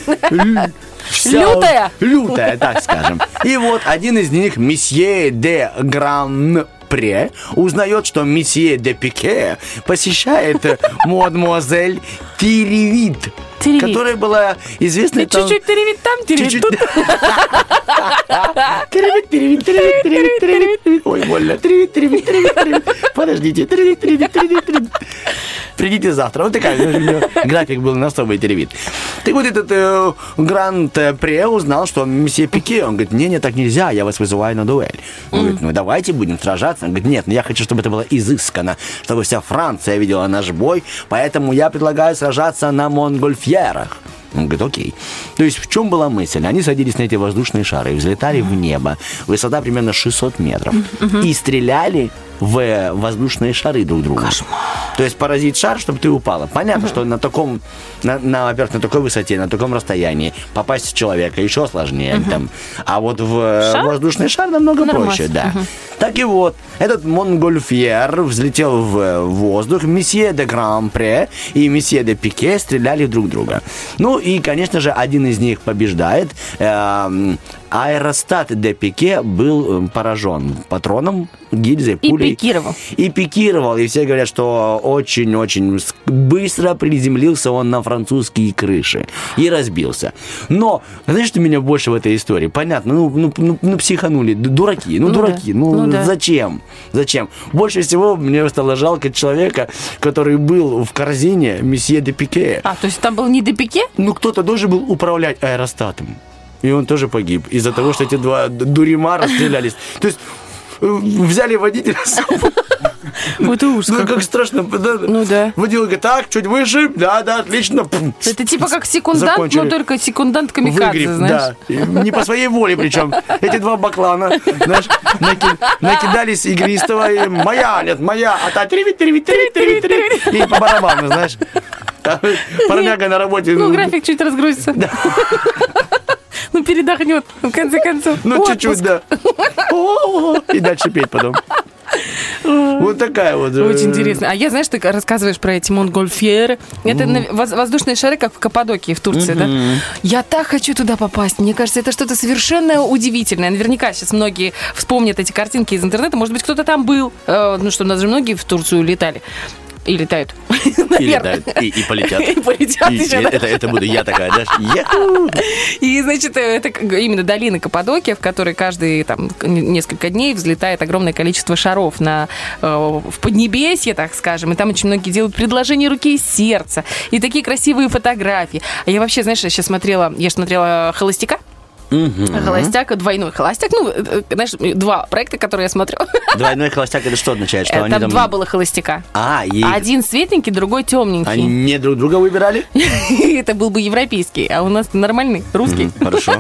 Лютая. Лютая, так скажем. И вот один из них, месье де Гран-Пре, узнает, что месье де Пике посещает мадемуазель Тиревит, которая была известна... Чуть-чуть теревит там, теревит тут. Теревит. Ой, больно. Теревит. Подождите. Теревит. Придите завтра. Вот такая, у него график был на особый теревит. Так вот этот Гранд-Пре узнал, что месье Пике, он говорит, не, так нельзя, я вас вызываю на дуэль. Он говорит, ну давайте будем сражаться. Он говорит, нет, я хочу, чтобы это было изысканно, чтобы вся Франция видела наш бой, поэтому я предлагаю сражаться на монгольфьерах. Он говорит, окей. То есть в чем была мысль? Они садились на эти воздушные шары, взлетали в небо, высота примерно 600 метров, и стреляли в воздушные шары друг друга. Кошмар. То есть поразить шар, чтобы ты упала. Понятно, что на таком, во-первых, на такой высоте, на таком расстоянии попасть в человека еще сложнее. Там. А вот в воздушный шар намного проще, да. Так и вот, этот Монгольфьер взлетел в воздух, месье де Гран-Пре и месье де Пике стреляли друг друга. Ну и, конечно же, один из них побеждает. Аэростат де Пике был поражен патроном, гильзой, пулей. И пикировал. И все говорят, что очень-очень быстро приземлился он на французские крыши и разбился. Но, знаешь, что меня больше в этой истории? Понятно, ну психанули, дураки, дураки. Да. Зачем? Больше всего мне стало жалко человека, который был в корзине месье де Пике. То есть там был не де Пике? Кто-то должен был управлять аэростатом. И он тоже погиб из-за того, что эти два дурима расстрелялись. То есть взяли водителя с собой. Это ужас. Как страшно. Да. Водитель говорит, так, чуть выше, да, отлично. Это типа как секундант, но только секундант камикадзе, знаешь. Да, не по своей воле причем. Эти два баклана, знаешь, накидались игристого, и моя, а та три, и по барабану, знаешь. Парняга на работе. График чуть разгрузится. Передохнет, в конце концов. Чуть-чуть, да. И дальше петь потом. Вот такая вот. Очень интересно. А я, знаешь, ты рассказываешь про эти Монгольфьеры. Это воздушные шары, как в Каппадокии, в Турции, да? Я так хочу туда попасть. Мне кажется, это что-то совершенно удивительное. Наверняка сейчас многие вспомнят эти картинки из интернета. Может быть, кто-то там был. Что у нас же многие в Турцию летали. И летают. И летают, и полетят. И полетят еще, да. Это буду я такая, да? И, значит, это именно долина Каппадокия, в которой каждые там несколько дней взлетает огромное количество шаров в Поднебесье, так скажем. И там очень многие делают предложения руки и сердца. И такие красивые фотографии. А я вообще, знаешь, я смотрела «Холостяка». Холостяк, двойной холостяк. Знаешь, два проекта, которые я смотрю. Двойной холостяк, это что означает? Что там два было холостяка. Один светленький, другой темненький. Они не друг друга выбирали? Это был бы европейский, а у нас нормальный, русский. Хорошо.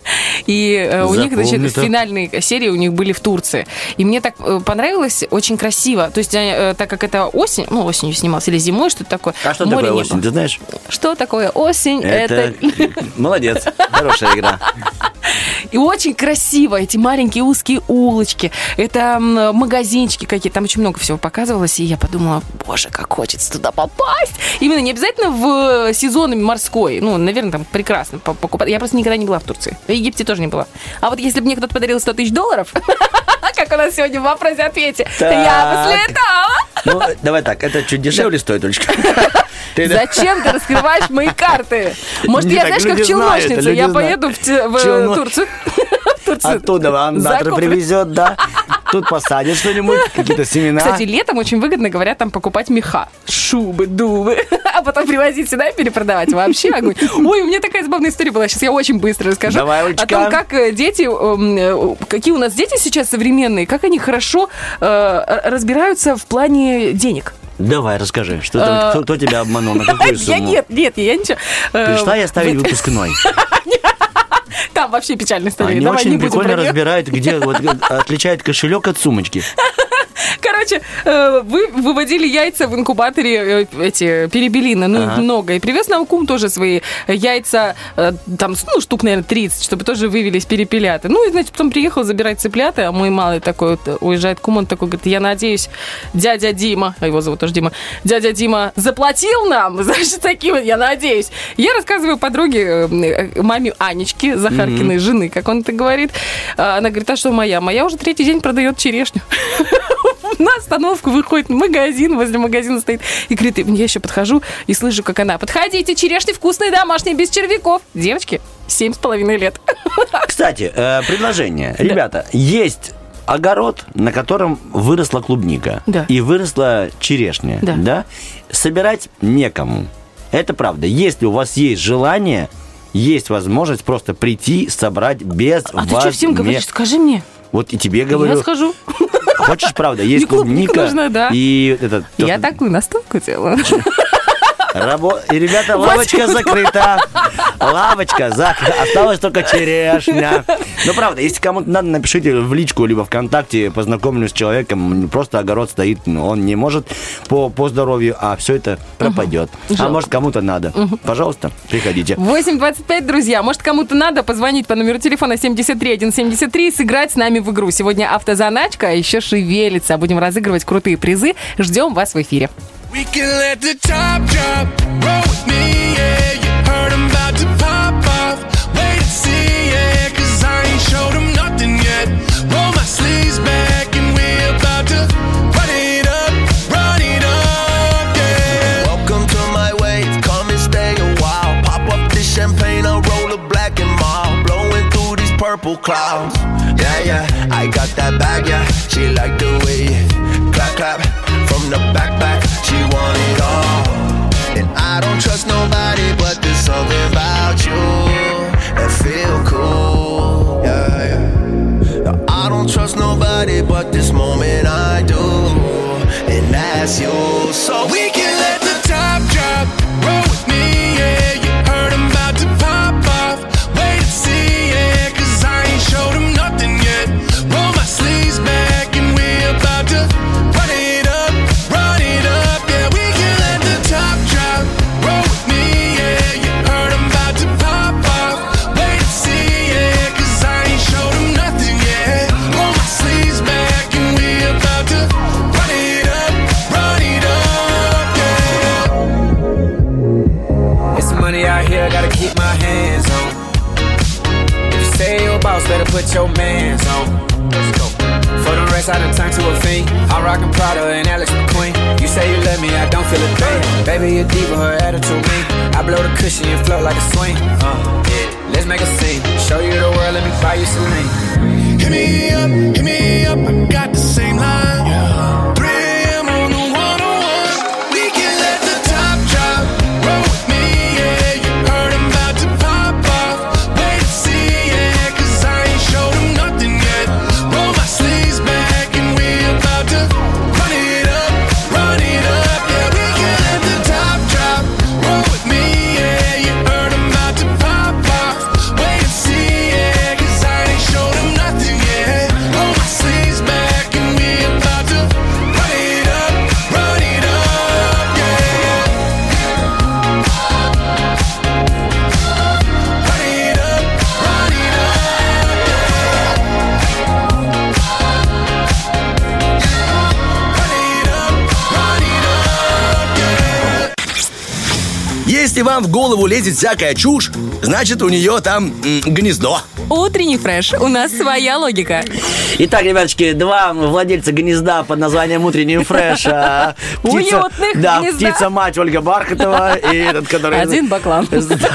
И у них, значит, финальные серии у них были в Турции. И мне так понравилось, очень красиво. То есть, так как это осень, осенью снимался, или зимой, что-то такое. А что такое осень, ты знаешь? Что такое осень? Это... Молодец, хорошая игра. И очень красиво, эти маленькие узкие улочки, это магазинчики какие-то, там очень много всего показывалось, и я подумала, боже, как хочется туда попасть. Именно не обязательно в сезон морской, наверное, там прекрасно покупать. Я просто никогда не была в Турции, в Египте тоже не была. А вот если бы мне кто-то подарил $100 000, как у нас сегодня в вопросе-ответе, я бы слетала. Давай так, это чуть дешевле стоит, Олечка. Зачем ты раскрываешь мои карты? Может, я, знаешь, как челночница, я поеду в Турцию. Оттуда вам завтра привезет, да. Тут посадят что-нибудь, какие-то семена. Кстати, летом очень выгодно, говорят, там покупать меха, шубы, дубы, а потом привозить сюда и перепродавать. Вообще огонь. Ой, у меня такая забавная история была. Сейчас я очень быстро расскажу. Давай, Олечка. О том, как дети, какие у нас дети сейчас современные, как они хорошо разбираются в плане денег. Давай, расскажи, что там, кто тебя обманул, на какую сумму? Нет, я ничего. Пришла я ставить выпускной. Там вообще печальная история. Они очень прикольно разбирают, где отличают кошелек от сумочки. Короче, вы выводили яйца в инкубаторе, эти перепелины, много. И привез нам кум тоже свои яйца, там, штук, наверное, 30, чтобы тоже вывелись перепелята. И, значит, потом приехал забирать цыплята, а мой малый такой вот уезжает кум, он такой говорит, я надеюсь, дядя Дима, его зовут тоже Дима, дядя Дима заплатил нам, значит, такие вот, я надеюсь. Я рассказываю подруге, маме Анечки, Захаркиной жены, как он это говорит. Она говорит, а что моя? Моя уже 3-й день продает черешню. На остановку выходит магазин, возле магазина стоит и говорит, я еще подхожу и слышу, как она, подходите, черешни вкусные, домашние, без червяков. Девочки, 7,5 лет. Кстати, предложение. Ребята, есть огород, на котором выросла клубника и выросла черешня. Да? Собирать некому. Это правда. Если у вас есть желание, есть возможность просто прийти, собрать без вас. А ты что всем говоришь? Скажи мне. Вот и тебе говорю. Я схожу. Хочешь, правда, есть клубника нужна, да. И это... Я такую настойку делаю. И, ребята, лавочка закрыта. Лавочка закрыта. Осталась только черешня. Ну, правда, если кому-то надо, напишите в личку, либо ВКонтакте, познакомлюсь с человеком. Просто огород стоит, он не может по здоровью, а все это пропадет. А может, кому-то надо. Пожалуйста, приходите. 8:25, друзья. Может, кому-то надо позвонить по номеру телефона 73173 и сыграть с нами в игру. Сегодня автозаначка, а еще шевелится. Будем разыгрывать крутые призы. Ждем вас в эфире. We can let the top drop, roll with me, yeah. You heard I'm about to pop off, wait and see, yeah. 'Cause I ain't showed them nothing yet. Roll my sleeves back and we're about to run it up, yeah. Welcome to my wave, come and stay a while. Pop up this champagne, I'll roll a black and mild. Blowing through these purple clouds, yeah, yeah. I got that bag, yeah. She like the way clap, clap. From the back, she want it all. And I don't trust nobody, but there's something about you that feel cool, yeah, yeah. No, I don't trust nobody, but this moment I do. And that's you, so we can let the top drop, roll with me, yeah. You heard I'm about to pop off, wait and see, yeah. 'Cause I ain't showed them nothing yet. Roll my sleeves back and we're about to run it up, yeah. We can let the top drop, roll with me, yeah. You heard I'm about to pop off, wait and see, yeah. 'Cause I ain't showed them nothing yet. Roll my sleeves back and we're about to run it up, yeah. It's money out here, gotta keep my hands on. If you say you're a boss, better put your mans on. Let's go. For the rest, I done turned to a fiend. I'm rockin' Prada and Alex McQueen. You say you love me, I don't feel a thing. Baby, you're diva, her attitude mean. I blow the cushion and float like a swing. Yeah, let's make a scene. Show you the world, let me buy you Celine. Hit me up, I got the same line. 3 a.m. on the 101. We can let the top drop, roll with me, yeah. You heard I'm about to pop off, wait and see, yeah. 'Cause I ain't showed them nothing yet. Roll my sleeves back and we're about to run it up, yeah. We can let the top drop, roll with me, yeah. You heard I'm about to pop off, wait and see, yeah. 'Cause I ain't showed them nothing yet. Roll my sleeves back and we're about to run it up, yeah. Run it up, Если вам в голову лезет всякая чушь, значит, у нее там гнездо. Утренний фреш. У нас своя логика. Итак, ребяточки, 2 владельца гнезда под названием «Утренний фреш». Уютных да, гнезда. птица-мать Ольга Бархатова и этот, который... Один баклан.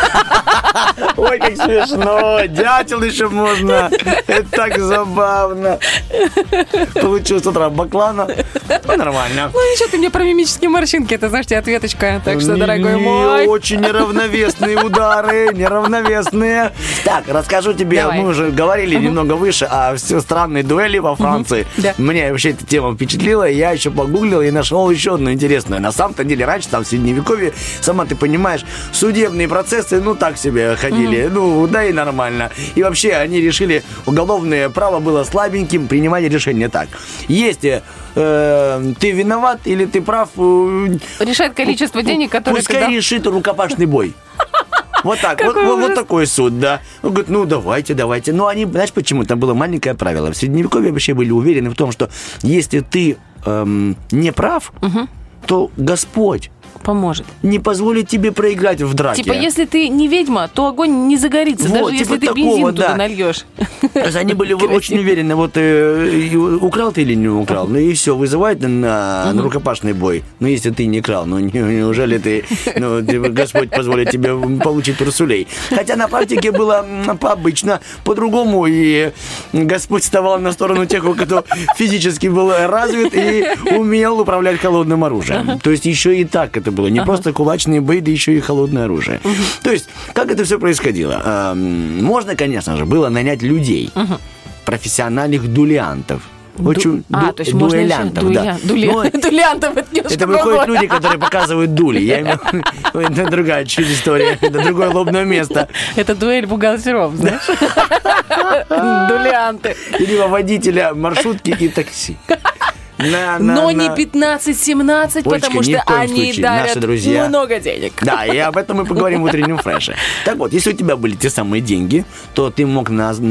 Ой, как смешно. Дятел еще можно. Это так забавно. Получилось с утра баклана. Ну, нормально. Ну, ничего, ты мне про мимические морщинки. Это, знаешь, тебе ответочка. Так что, дорогой мой... Очень неравновесные удары. Неравновесные. Так, расскажу тебе. Давай. Мы уже говорили немного выше о все странной дуэли во Франции. Да. Меня вообще эта тема впечатлила. Я еще погуглил и нашел еще одну интересную. На самом-то деле, раньше там в Средневековье, сама ты понимаешь, судебные процессы, ну, так себе ходили. Ну, да и нормально. И вообще они решили, уголовное право было слабеньким, принимали решение так. Если ты виноват или ты прав... Решает количество денег, которые... Пускай решит рукопашный бой. Вот так, вот такой суд, да. Он говорит, ну давайте. Ну они, знаешь почему? Там было маленькое правило. В Средневековье вообще были уверены в том, что если ты не прав, то Господь поможет. Не позволит тебе проиграть в драке. Типа, если ты не ведьма, то огонь не загорится, вот, даже типа если ты такого, бензин да. туда нальешь. То есть они были очень уверены, вот украл ты или не украл, ну и все, вызывает на рукопашный бой. Ну если ты не крал, ну неужели ты, Господь позволит тебе получить трусулей. Хотя на практике было обычно по-другому, и Господь вставал на сторону тех, кто физически был развит и умел управлять холодным оружием. То есть еще и так это было. Не просто кулачные бои, да еще и холодное оружие. То есть, как это все происходило? Можно, конечно же, было нанять людей, профессиональных дуэлянтов. То есть можно дуэлянтов, да. Дуэлянтов, это немножко это выходят люди, которые показывают дули. Это другая чуть история, это другое лобное место. Это дуэль бухгалтеров, знаешь? Дулянты. Либо водителя маршрутки и такси. Но не 15-17, потому что они дарят много денег. Да, и об этом мы поговорим в утреннем фреше. Так вот, если у тебя были те самые деньги, то ты мог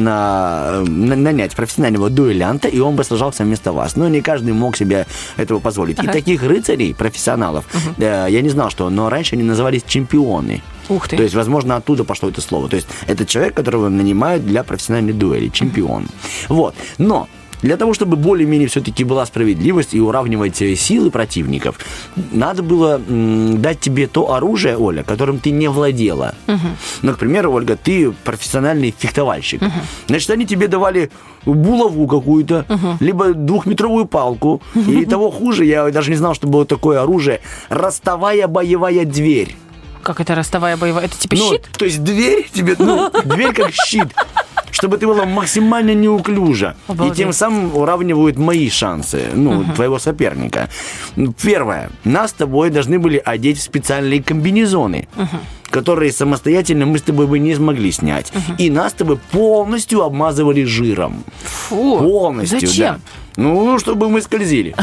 нанять профессионального дуэлянта, и он бы сражался вместо вас. Но не каждый мог себе этого позволить. И таких рыцарей, профессионалов, я не знал, но раньше они назывались чемпионы. Ух ты. То есть, возможно, оттуда пошло это слово. То есть, это человек, которого нанимают для профессиональной дуэли, чемпион. Вот. Но для того, чтобы более-менее все-таки была справедливость и уравнивать силы противников, надо было дать тебе то оружие, Оля, которым ты не владела. Ну, к примеру, Ольга, ты профессиональный фехтовальщик. Значит, они тебе давали булаву какую-то, либо 2-метровую палку. И того хуже, я даже не знал, что было такое оружие, ростовая боевая дверь. Как это ростовая боевая? Это типа щит? То есть дверь тебе, дверь как щит, чтобы ты была максимально неуклюжа. Обалдеть. И тем самым уравнивают мои шансы, твоего соперника. Первое. Нас с тобой должны были одеть в специальные комбинезоны, которые самостоятельно мы с тобой бы не смогли снять. И нас с тобой полностью обмазывали жиром. Фу. Полностью, зачем? Да. Чтобы мы скользили.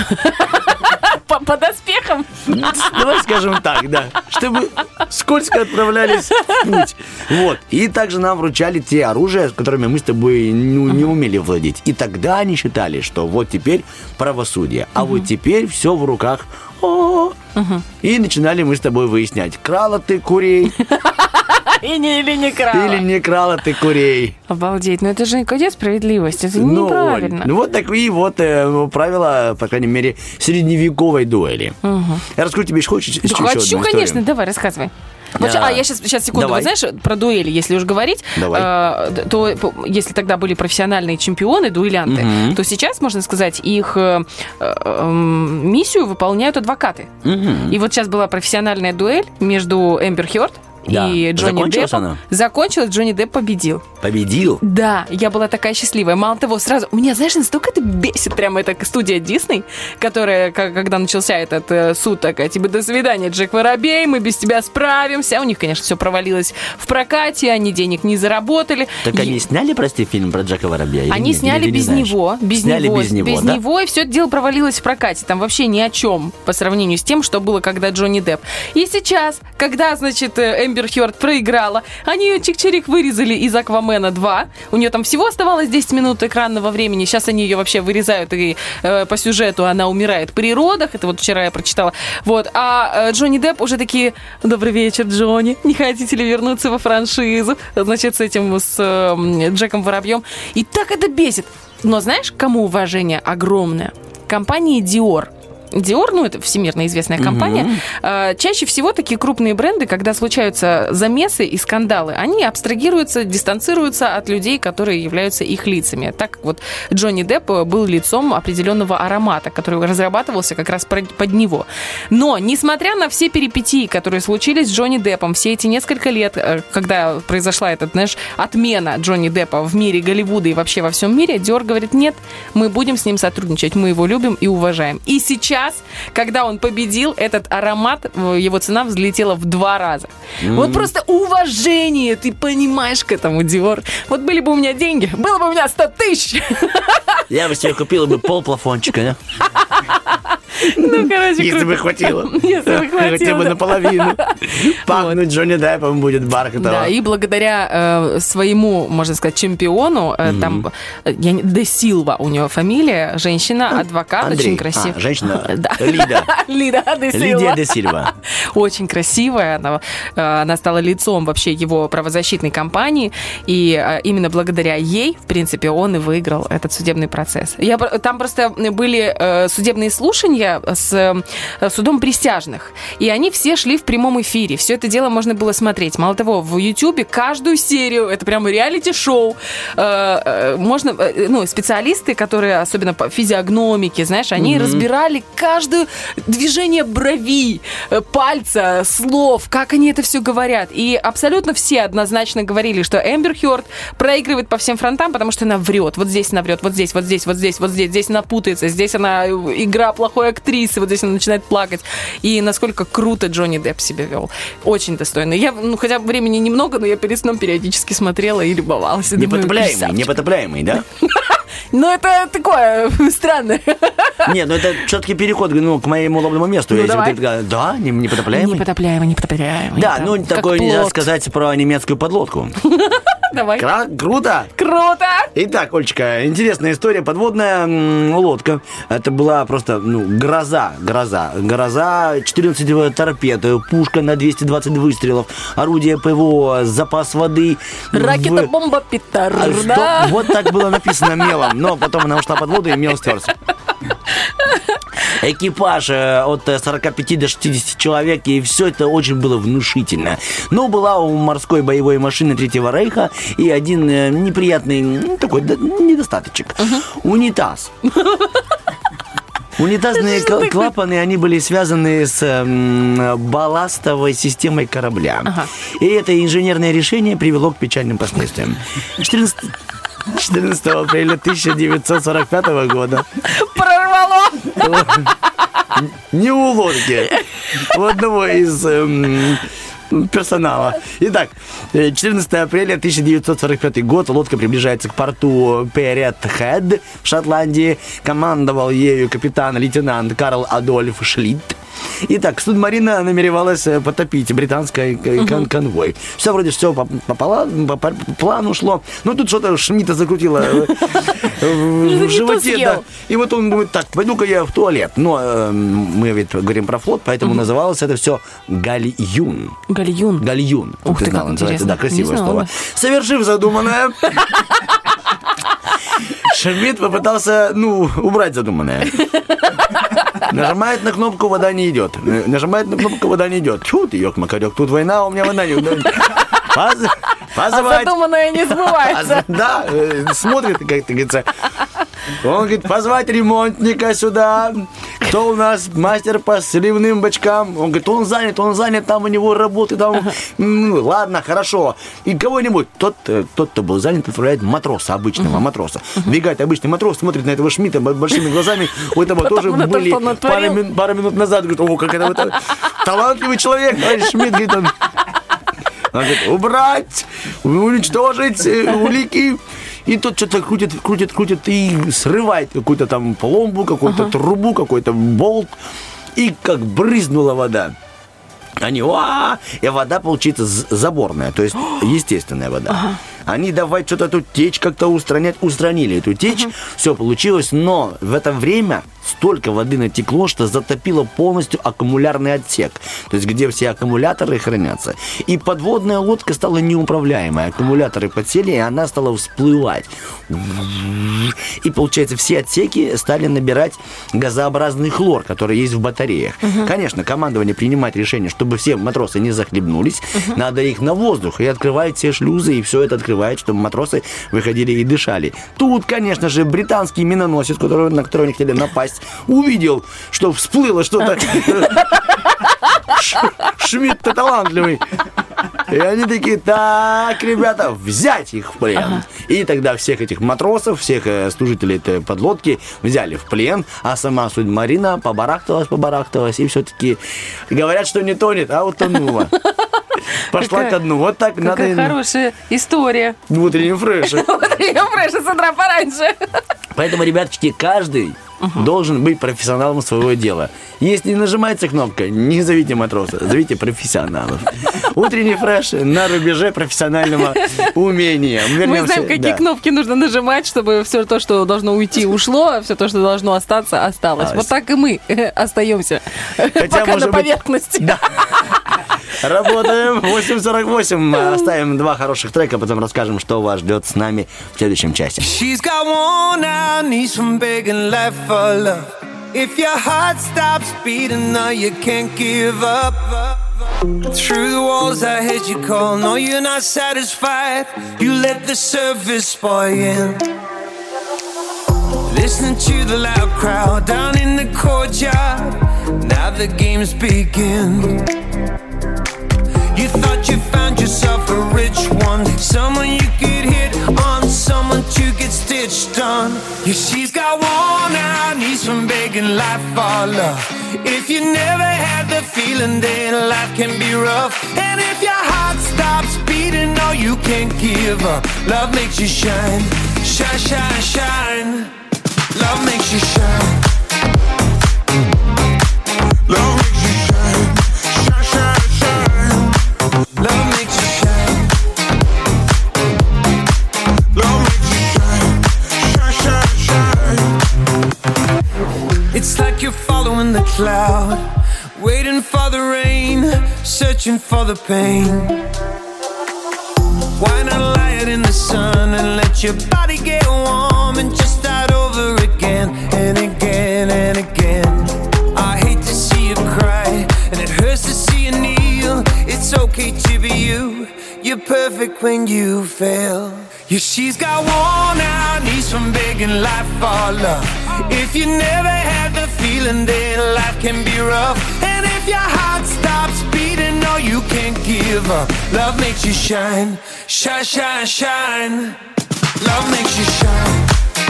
По доспехам? Давай скажем так, да. Чтобы скользко отправлялись в путь. Вот. И также нам вручали те оружия, с которыми мы с тобой не умели владеть. И тогда они считали, что вот теперь правосудие, а вот теперь все в руках. И начинали мы с тобой выяснять, крала ты курей. Или не крала. Или не крала ты курей. Обалдеть. Но это же где справедливость? Это неправильно. Вот такие вот правила, по крайней мере, средневековой дуэли. Я расскажу тебе еще хочешь еще одну историю? Хочу, конечно. Давай, рассказывай. Я сейчас секунду. Давай. Вот знаешь, про дуэли, если уж говорить, то если тогда были профессиональные чемпионы, дуэлянты, то сейчас, можно сказать, их миссию выполняют адвокаты. И вот сейчас была профессиональная дуэль между Эмбер Хёрд и Джонни Деппом. Закончилась, Джонни Депп победил. Победил? Да, я была такая счастливая. Мало того, сразу... Меня, знаешь, настолько это бесит прямо эта студия Дисней, которая, когда начался этот суд, такая, типа, до свидания, Джек Воробей, мы без тебя справимся. У них, конечно, все провалилось в прокате, они денег не заработали. Так они сняли, прости, фильм про Джека Воробья? Они сняли без него. Без него, и все это дело провалилось в прокате. Там вообще ни о чем по сравнению с тем, что было, когда Джонни Депп. И сейчас, когда, значит, Эмбер Хёрд проиграла, они ее чик-чирик вырезали из «Аквамена 2». У нее там всего оставалось 10 минут экранного времени. Сейчас они ее вообще вырезают, и по сюжету она умирает при родах. Это вот вчера я прочитала. Вот. А Джонни Депп уже такие: добрый вечер, Джонни. Не хотите ли вернуться во франшизу? Значит, с Джеком Воробьем. И так это бесит. Но знаешь, кому уважение огромное? Компании Dior. Dior, это всемирно известная компания, чаще всего такие крупные бренды, когда случаются замесы и скандалы, они абстрагируются, дистанцируются от людей, которые являются их лицами. Так вот, Джонни Депп был лицом определенного аромата, который разрабатывался как раз под него. Но, несмотря на все перипетии, которые случились с Джонни Деппом, все эти несколько лет, когда произошла эта, отмена Джонни Деппа в мире Голливуда и вообще во всем мире, Dior говорит: нет, мы будем с ним сотрудничать, мы его любим и уважаем. И сейчас, когда он победил, этот аромат, его цена взлетела в 2 раза. Вот просто уважение, ты понимаешь, к этому, Dior. Вот были бы у меня деньги, было бы у меня 100 тысяч. Я бы себе купила полплафончика, да? Короче, если бы хватило. Если бы хватило, хотя бы наполовину. Пахнуть Джонни Деппом будет бархатово. Да, и благодаря своему, можно сказать, чемпиону, там Де Силва у него фамилия, женщина, адвокат, очень красивая. Женщина, да. Лида Де Силва. Лидия Де Сильва. Очень красивая. Она стала лицом вообще его правозащитной кампании. И именно благодаря ей, в принципе, он и выиграл этот судебный процесс. Там просто были судебные слушания история с судом присяжных. И они все шли в прямом эфире. Все это дело можно было смотреть. Мало того, в Ютубе каждую серию, это прямо реалити-шоу, можно, специалисты, которые, особенно по физиогномике, знаешь, они разбирали каждое движение брови, пальца, слов, как они это все говорят. И абсолютно все однозначно говорили, что Эмбер Хёрд проигрывает по всем фронтам, потому что она врет. Вот здесь она врет, вот здесь, вот здесь, вот здесь, вот здесь. Здесь она путается, здесь она игра плохой актрисы, вот здесь она начинает плакать. И насколько круто Джонни Депп себя вел. Очень достойно. Я, хотя времени немного, но я перед сном периодически смотрела и любовалась. Непотопляемый, да? Ну, это такое странное. Нет, это четкий переход к моему лобному месту. Давай. Да, непотопляемый. Непотопляемый. Да, такое нельзя сказать про немецкую подлодку. Давай. Круто? Круто! Итак, Олечка, интересная история. Подводная лодка. Это была просто, гроза. 14 торпед, пушка на 220 выстрелов, орудие ПВО, запас воды. Ракета-бомба «Петарда». Вот так было написано мелом, но потом она ушла под воду и мел стерся. Экипаж от 45 до 60 человек, и все это очень было внушительно. Но была у морской боевой машины Третьего Рейха и один неприятный такой недостаточек. Унитаз. Унитазные клапаны, они были связаны с балластовой системой корабля. И это инженерное решение привело к печальным последствиям. 14 апреля 1945 года. Прорвало! Не у лодки. У одного из персонала. Итак, 14 апреля 1945 год. Лодка приближается к порту Перетхед в Шотландии. Командовал ею капитан-лейтенант Карл Адольф Шлит. Итак, судмарина намеревалась потопить британский конвой. Все вроде все по плану шло. Но тут что-то Шмидта закрутило в животе. Да. И вот он думает, так, пойду-ка я в туалет. Но мы ведь говорим про флот, поэтому называлось это все гальюн. Гальюн. Ух ты, как интересно. Да, красивое слово. Совершив задуманное, Шмидт попытался, убрать задуманное. Нажимает на кнопку, вода не идет. Тьфу ты, ёк-макарёк, тут война, у меня вода не идет. А задуманное не сбывается. Да, смотрит, как ты говорится. Он говорит, позвать ремонтника сюда. Кто у нас мастер по сливным бачкам? Он говорит, он занят, там у него работы, там. Ладно, хорошо. И кого-нибудь. Тот, кто был занят, отправляет матроса, обычного матроса. Бегает обычный матрос, смотрит на этого Шмидта большими глазами. У этого тоже были пару минут назад. Говорит, как это талантливый человек. Шмидт, говорит, он говорит, убрать, уничтожить улики. И тот что-то крутит и срывает какую-то там пломбу, какую-то трубу, какой-то болт. И как брызнула вода. Они, и вода получится заборная, то есть естественная вода. Они давай что-то тут течь как-то устранили эту течь, все получилось, но в это время столько воды натекло, что затопило полностью аккумулярный отсек, то есть где все аккумуляторы хранятся. И подводная лодка стала неуправляемой, аккумуляторы подсели, и она стала всплывать. И, получается, все отсеки стали набирать газообразный хлор, который есть в батареях. Конечно, командование принимает решение, чтобы все матросы не захлебнулись, надо их на воздух, и открывает все шлюзы, и все это открывает, чтобы матросы выходили и дышали. Тут, конечно же, британский миноносец, на который они хотели напасть, увидел, что всплыло что-то. Шмидт-то талантливый. И они такие, так, ребята, взять их в плен. И тогда всех этих матросов, всех служителей этой подлодки взяли в плен, а сама судмарина побарахталась, и все-таки говорят, что не тонет, а утонула. Пошла ко дну. Вот так надо. Какая хорошая история. В утреннем фреше. В утреннем фреше с утра пораньше. Поэтому, ребяточки, каждый должен быть профессионалом своего дела. Если не нажимается кнопка, не зовите матроса, зовите профессионалов. Утренний фреш на рубеже профессионального умения. Мы знаем, какие кнопки нужно нажимать, чтобы все то, что должно уйти, ушло, а все то, что должно остаться, осталось. Вот так и мы остаемся. Пока на поверхности. Работаем. 8:48. Оставим 2 хороших трека, потом расскажем, что вас ждет с нами в следующем часе. She's got worn out knees from begging life for love. If your heart stops beating, no, you can't give up. Through the walls I heard you call. No, you're not satisfied. You let the surface spoil you. Listening to the loud crowd down in the courtyard. Now the games begin. You thought you found yourself a rich one, someone you could hit on, someone to get stitched on. Yeah, she's got worn out knees from begging life for love. If you never had the feeling, then life can be rough. And if your heart stops beating, no, you can't give up. Love makes you shine, shine, shine, shine. Love makes you shine. Love makes you shine, shine, shine, shine. Love makes you shine. Love makes you shine, shine, shine, shine. It's like you're following the cloud, waiting for the rain, searching for the pain. Why not lie out in the sun and let your body get warm and just start over again and again and again. I hate to see you cry, and it hurts to see you kneel. It's okay to be you, you're perfect when you fail. Yeah, she's got worn out knees from begging life for love. If you never had the feeling, then life can be rough. And if your heart stops beating, no, you can't give up. Love makes you shine, shine, shine, shine. Love makes you shine.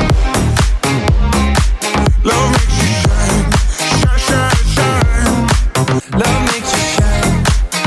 Love makes you shine, shine, shine, shine. Love makes you shine.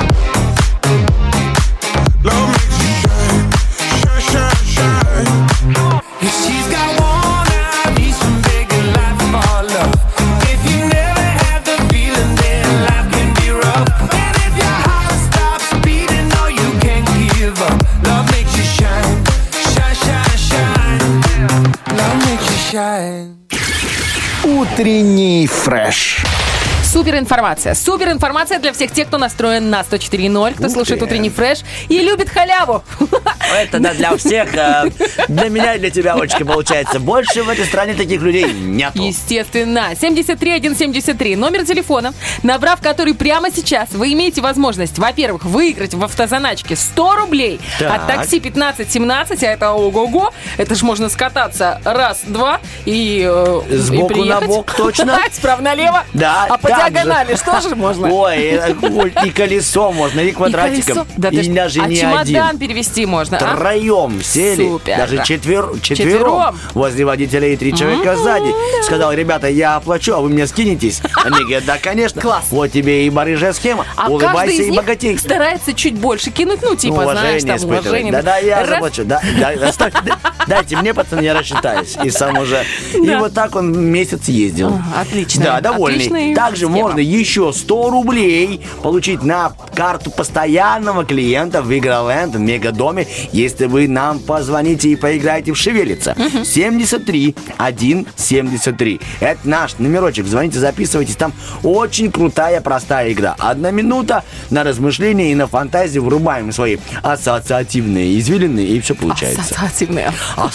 Love makes you shine, shine, shine, shine. Yeah, she's got worn out knees from begging life for love. If you never had the feeling, then life can be rough. And if your heart stops beating, no, you can't give up. Love makes you shine, shine, shine, shine. Love makes you shine. Утренний фреш. Суперинформация. Суперинформация для всех тех, кто настроен на 104.0, кто слушает утренний фреш и любит халяву. Это да, для всех. Для меня и для тебя, Олечка, получается. Больше в этой стране таких людей нету. Естественно. 73173. Номер телефона, набрав который прямо сейчас, вы имеете возможность, во-первых, выиграть в автозаначке 100 рублей от такси 1517, а это ого-го. Это ж можно скататься раз-два и сбоку и на бок, точно. Справа налево. Да. А по диагонали что же можно? Ой, и колесо можно, и квадратиком. И даже не чемодан один. Перевести можно. Троем сели. Супер. Даже четвером. Возле водителя и 3 человека сзади. Сказал: ребята, я оплачу, а вы мне скинетесь? Они говорят: да, конечно. Класс. Вот тебе и барыжая схема. А улыбайся и богатей. Старается чуть больше кинуть, ну, типа, знаешь, там, уважение. Да, я заплачу. Дайте мне, пацаны, я рассчитаюсь. И сам уже. И вот так он месяц ездил. Отлично. Да, довольный. Также можно еще 100 рублей получить на карту постоянного клиента в Игроленд в Мегадоме, если вы нам позвоните и поиграете в «Шевелица». 73 173. Это наш номерочек. Звоните, записывайтесь. Там очень крутая, простая игра. 1 минута на размышление и на фантазию. Врубаем свои ассоциативные извилины, и все получается. Ассоциативные.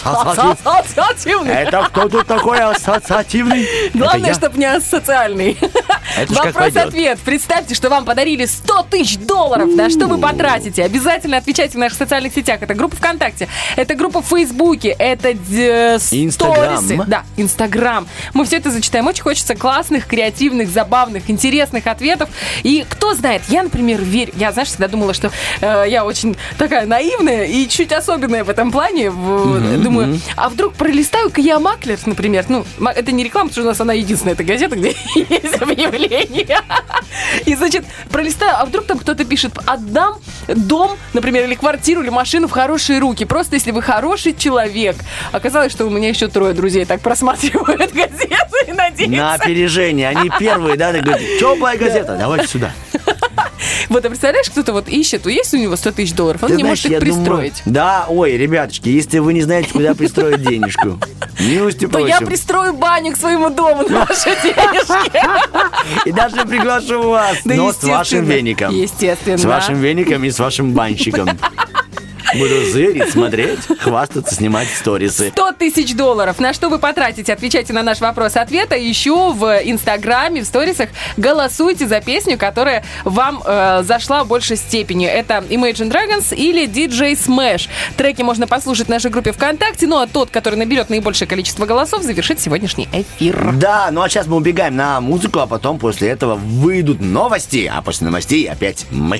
Это кто тут такой ассоциативный? Главное, чтобы не асоциальный. Вопрос-ответ. Представьте, что вам подарили 100 тысяч долларов. На что вы потратите? Обязательно отвечайте в наших социальных сетях. Это группа ВКонтакте, это группа в Фейсбуке, это сторисы. Да, Инстаграм. Мы все это зачитаем. Очень хочется классных, креативных, забавных, интересных ответов. И кто знает, я, например, верю. Я, знаешь, всегда думала, что я очень такая наивная и чуть особенная в этом плане. Думаю, а вдруг пролистаю-ка я Маклер, например. Ну, это не реклама, потому что у нас она единственная, эта газета, где есть объявление. И, значит, пролистаю, а вдруг там кто-то пишет: отдам дом, например, или квартиру, или машину в хорошие руки. Просто если вы хороший человек. Оказалось, что у меня еще 3 друзей так просматривают газету и надеются. На опережение. Они первые, да, говорят: теплая газета, давайте сюда. Вот, а представляешь, кто-то вот ищет, есть у него 100 тысяч долларов, он не может их пристроить. Да, ой, ребяточки, если вы не знаете, куда пристроить денежку, милости просим. То я пристрою баню к своему дому на ваши денежки. И даже приглашу вас, но с вашим веником. Естественно. С вашим веником и с вашим банщиком. Буду зырить, смотреть, хвастаться, снимать сторисы. $100 тысяч. На что вы потратите? Отвечайте на наш вопрос-ответ. А еще в Инстаграме, в сторисах голосуйте за песню, которая вам зашла в большей степени. Это Imagine Dragons или DJ Smash. Треки можно послушать в нашей группе ВКонтакте. Ну а тот, который наберет наибольшее количество голосов, завершит сегодняшний эфир. Да, ну а сейчас мы убегаем на музыку, а потом после этого выйдут новости. А после новостей опять мы.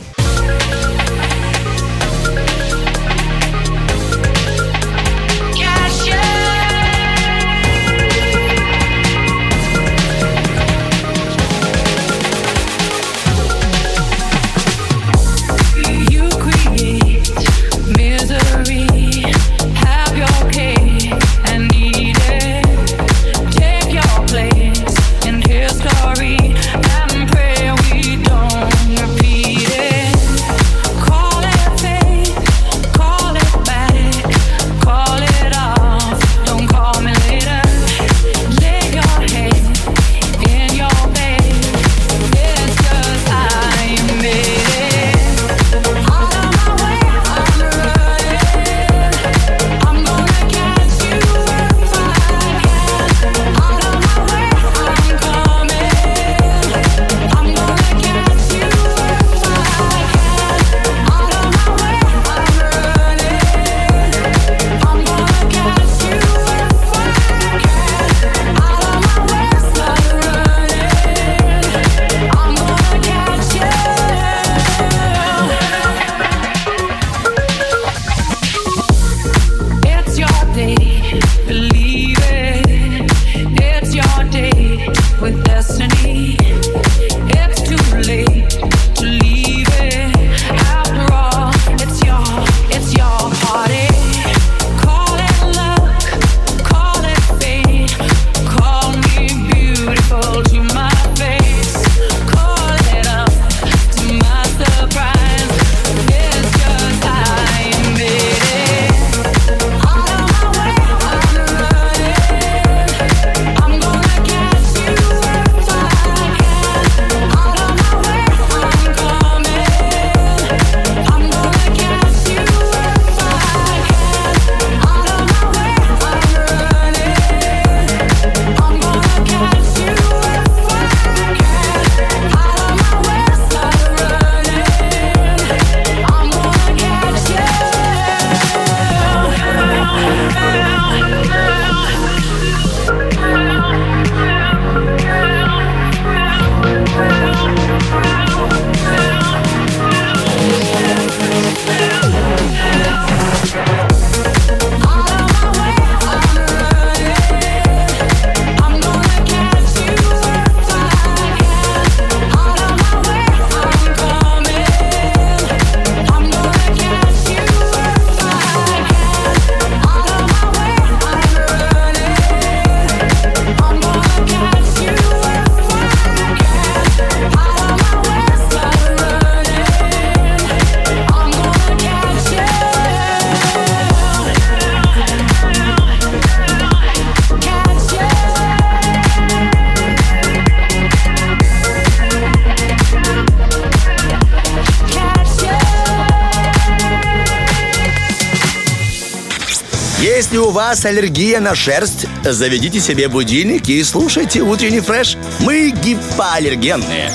Если у вас аллергия на шерсть, заведите себе будильник и слушайте утренний фреш. Мы гипоаллергенные.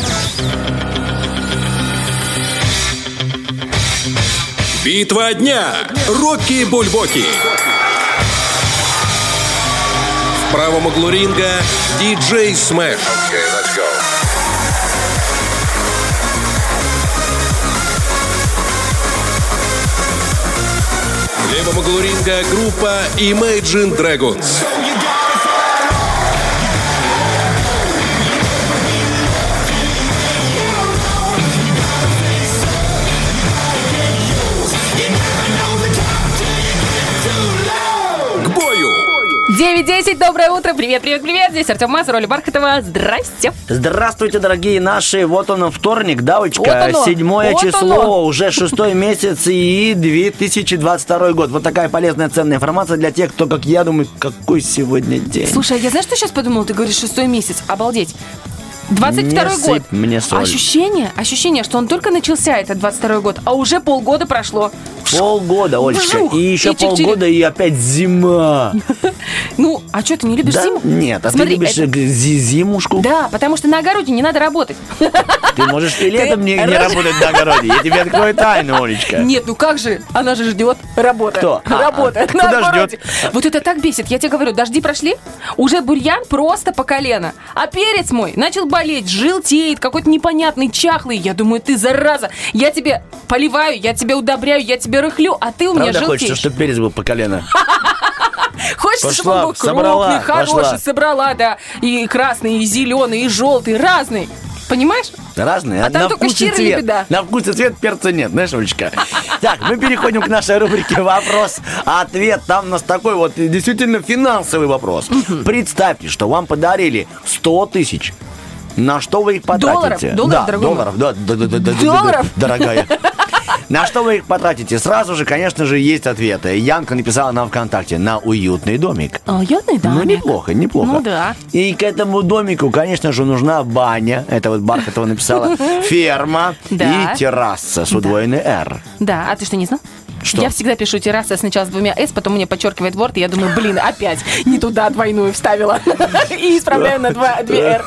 Битва дня. Рокки Бульбоки. В правом углу ринга DJ Smash. В левом углу ринга группа Imagine Dragons. К бою! 9:10, доброе утро, привет, здесь Артем Мазур, Оля Бархатова, здрасте. Здравствуйте, дорогие наши, вот он вторник, давочка, вот 7 число, уже 6 месяц и 2022 год. Вот такая полезная, ценная информация для тех, кто, как я, думает, какой сегодня день. Слушай, а я знаешь, что сейчас подумала? Ты говоришь 6 месяц, обалдеть. 22 год. Мне соль. Ощущение, что он только начался, этот 22 год, а уже полгода прошло. Полгода, Олечка. Вжух, И еще и чик-чирик. полгода, и опять зима. Ну, а что, ты не любишь зиму? Нет, а Смотри, ты любишь это- зимушку? Да, потому что на огороде не надо работать. Ты можешь и летом не работать на огороде. Я тебе открою тайну, Олечка. Нет, ну как же? Она же ждет работы. Кто? Работы. Кто на огороде. ждет? Вот это так бесит. Я тебе говорю, дожди прошли, уже бурьян просто по колено. А перец мой начал болеть, желтеет, какой-то непонятный, чахлый. Я думаю, ты зараза. Я тебе поливаю, я тебя удобряю, я тебя рыхлю, а ты у меня Правда желтеешь. хочется, чтобы перец был по колено? Хочется, чтобы Пошла, он был собрала, крупный, хороший, пошла. собрала, да. И красный, и зеленый, и желтый, разный. Понимаешь? Разные. А там на только вкус и щирый цвет. беда. На вкус и цвет перца нет, знаешь, Олечка? Так, мы переходим к нашей рубрике «Вопрос-ответ». Там у нас такой вот действительно финансовый вопрос. Представьте, что вам подарили 100 тысяч. На что вы их потратите? Долларов, да, дорогой мой? долларов, да, Долларов? дорогая. На что вы их потратите? Сразу же, конечно же, есть ответы. Янка написала нам ВКонтакте: на уютный домик. Уютный домик. Ну, неплохо, неплохо. Ну, да. И к этому домику, конечно же, нужна баня. Это вот Бархатова написала. Ферма Да. и терраса с удвоенной «Р». Да, а ты что, не знал? Что? Я всегда пишу терраса сначала с 2 «с», потом мне подчеркивает Word, и я думаю, блин, опять не туда двойную вставила. И исправляю на 2 «р».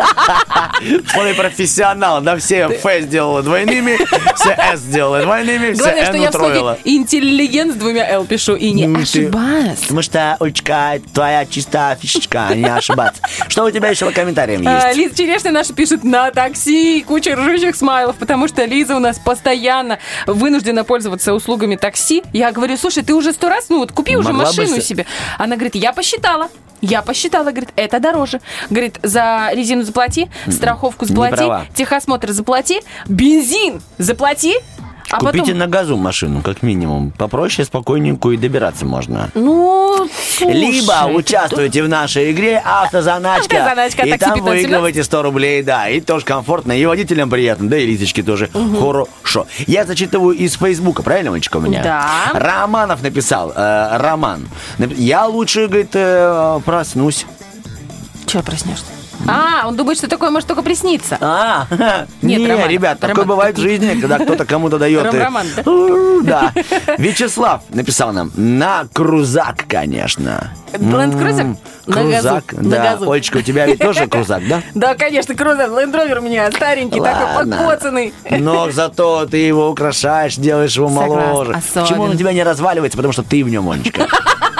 Полный профессионал. Да, все «Ф» сделала двойными, все «С» сделала двойными, все Главное, что «Н» я в утроила. слове «интеллигент» с 2 «л» пишу, и не Ну, ты- ошибаюсь. Потому что, Олечка, твоя чистая фишечка, не ошибаться. Что у тебя еще по комментариям есть? Лиза Черешня наша пишет: на такси, куча ржущих смайлов, потому что Лиза у нас постоянно вынуждена пользоваться услугами такси. Я говорю, слушай, ты уже 100 раз, ну вот купи уже Могла бы машину се- себе. Она говорит, я посчитала, говорит, это дороже. Говорит, за резину заплати, страховку заплати, права. техосмотр заплати, бензин заплати. А Купите потом, на газу машину, как минимум. Попроще, спокойненькую и добираться можно. ну, слушай, Либо участвуйте в нашей игре «Автозаначка». «Автозаначка», И такси там 15-17. выигрываете 100 рублей, да. И тоже комфортно, и водителям приятно, да и Лизочке тоже хорошо. Я зачитываю из Фейсбука, правильно, Олечка, у меня? Да. Романов написал, Роман. Я лучше, говорит, проснусь. Чего проснешься? А, он думает, что такое может только присниться. Нет, не, Роман, ребят, такое Роман, бывает в жизни, когда кто-то кому-то дает. Роман, Да. Вячеслав написал нам: на крузак, конечно. Ленд-крузер? На газу. Крузак, На да. газу. Олечка, у тебя ведь тоже крузак, да? Да, конечно, крузер, Land Rover у меня старенький, такой Ладно. покоцанный. Но зато ты его украшаешь, делаешь его Согласна, моложе. особенно. Почему он у тебя не разваливается? Потому что ты в нем, Олечка.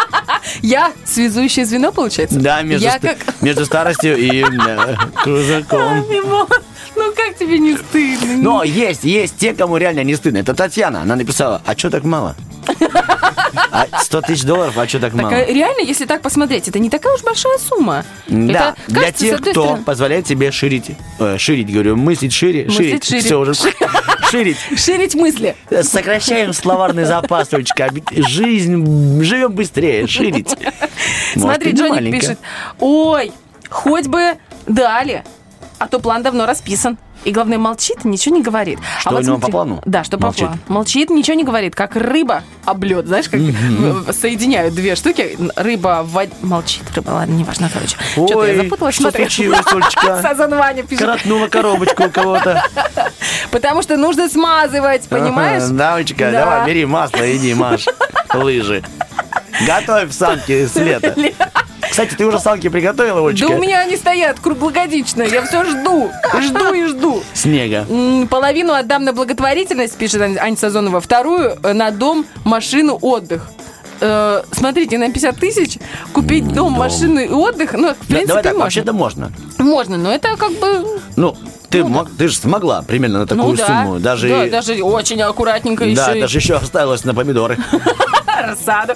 Я связующее звено, получается? Да, Я как... между старостью и крузаком. Мимоз, ну как тебе не стыдно? Но есть те, кому реально не стыдно. Это Татьяна. Она написала: а что так мало? 100 тысяч долларов, а что так мало? Реально, если так посмотреть, это не такая уж большая сумма. Да, Это, для кажется, с тех, одной кто стороны- позволяет себе ширить, говорю, мыслить шире, Мыслить шире. все уже, ширить. Ширить мысли. Сокращаем словарный запас, Олечка. Жизнь, живем быстрее, ширить. Смотри, Может, и не Джоник маленько. пишет: ой, хоть бы дали, а то план давно расписан. И главное, молчит, ничего не говорит. Что а вот у него смотри, по плану? Да, что Молчит. по плану. Молчит, ничего не говорит, как рыба об лед. Знаешь, как соединяют две штуки. Рыба в воде... Молчит рыба, ладно, неважно, короче. Что-то я Ой, запуталась. что Смотри. случилось, Олечка? Сазан Ваня пишет. Коротнула коробочку у кого-то. Потому что нужно смазывать, понимаешь? Ага, да, Олечка, Да. давай, бери масло, иди, Маш, лыжи. Готовь санки с лета. Кстати, ты уже санки приготовила, Олечка? Да у меня они стоят круглогодично. Я все жду. Жду и жду. Снега. Половину отдам на благотворительность, пишет Аня Сазонова. Вторую на дом, машину, отдых. Смотрите, на 50 тысяч купить дом, машину и отдых, ну, в принципе, Давай так, можно. вообще-то можно. Можно, но это как бы... Ну, ты же смогла примерно на такую ну да, сумму. Даже, да, даже очень аккуратненько да, еще. даже еще осталось на помидоры. Рассаду.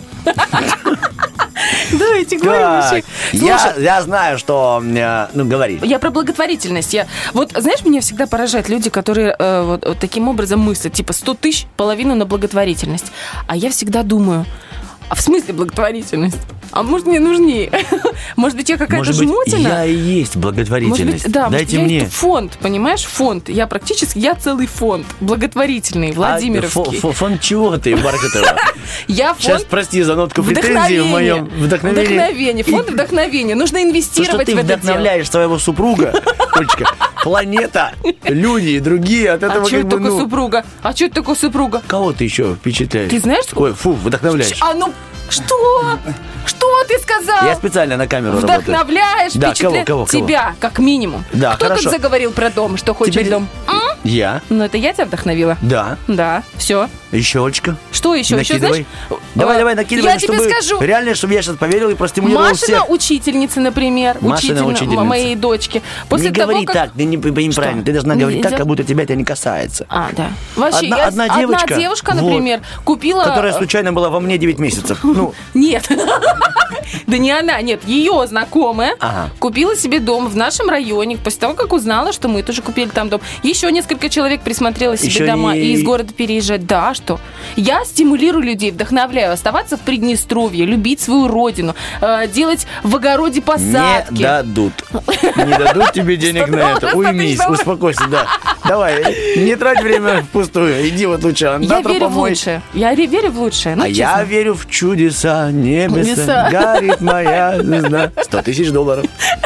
Давайте говорим вообще. Слушай, Я знаю, что... Ну, говори. я про благотворительность. Вот, знаешь, меня всегда поражают люди, которые вот таким образом мыслят. Типа 100 тысяч, половину на благотворительность. А я всегда думаю, а в смысле благотворительность? А может, мне нужнее? Может быть, я какая-то Может быть, жмотина? я и есть благотворительность. Может быть, да, Дайте может, мне. я фонд, понимаешь, фонд. Я целый фонд благотворительный, Владимировский. Фонд чего ты, Бархатова? Я Сейчас, фонд прости за нотку претензии в моем вдохновении. Вдохновение, фонд вдохновения. Нужно То, что инвестировать ты в это дело. вдохновляешь своего супруга, Олечка, планета, люди и другие от этого А что как это бы, такое супруга? А что это такое супруга? Кого ты еще впечатляешь? Ты знаешь, Ой, фу, вдохновляешь. А ну, что? Что ты сказал? Я специально на камеру работаю. Вдохновляешь, Да, впечатляешь кого? тебя, как минимум. Да, Кто хорошо. тут заговорил про дом, что хочет Теперь- дом? Я? Ну, это я тебя вдохновила? Да. Да, все. Еще, Олечка. Что еще? Еще, Накидывай. знаешь, Давай, накидывай, я тебе чтобы скажу. реально, чтобы я сейчас поверил и простимулировал Машина всех. учительница, например. Машина учительница. Моей дочки. После Не того, говори как... так, ты не пойми Что? правильно. Ты должна говорить так, Нельзя? как будто тебя это не касается. А, да. Вообще, Одна девочка, вот, например, купила... Которая случайно была во мне 9 месяцев. Ну, Нет. Да не она, нет, ее знакомая Ага. купила себе дом в нашем районе после того, как узнала, что мы тоже купили там дом. Еще несколько человек присмотрело себе Еще дома не- и из города переезжать. Да, что? Я стимулирую людей, вдохновляю оставаться в Приднестровье, любить свою родину, делать в огороде посадки. не дадут. Не дадут тебе денег на это. 100 Уймись, тысяч успокойся, да. Давай, не трать время впустую.Иди вот лучше Я андатра верю в помой. лучшее. Я верю в лучшее. Ну, А я честно. верю в чудеса небеса. Небеса. Горит моя звезда. 100 тысяч долларов.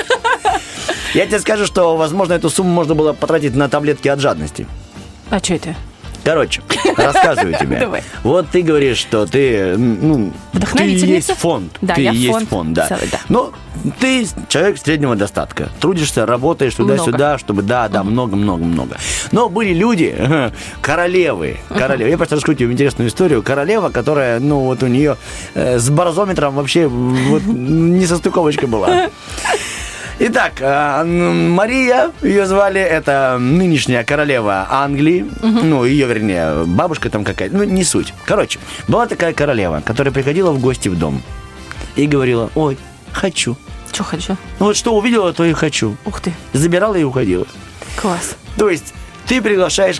Я тебе скажу, что, возможно, эту сумму можно было потратить на таблетки от жадности. А что это? Короче, рассказываю тебе. Давай. Вот ты говоришь, что ты, ты Вдохновительница? есть фонд. Да, ты я есть фонд, да. целый, да. Но ты человек среднего достатка. Трудишься, работаешь туда-сюда, чтобы, много-много-много. Но были люди, королевы. Я просто расскажу тебе интересную историю. Королева, которая, у нее с барзометром вообще несостыковочка была. Итак, Мария, ее звали, это нынешняя королева Англии, ее, вернее, бабушка там какая-то, не суть. Короче, была такая королева, которая приходила в гости в дом и говорила: ой, хочу. Что хочу? Вот что увидела, то и хочу. Ух ты, Забирала и уходила. класс. То есть ты приглашаешь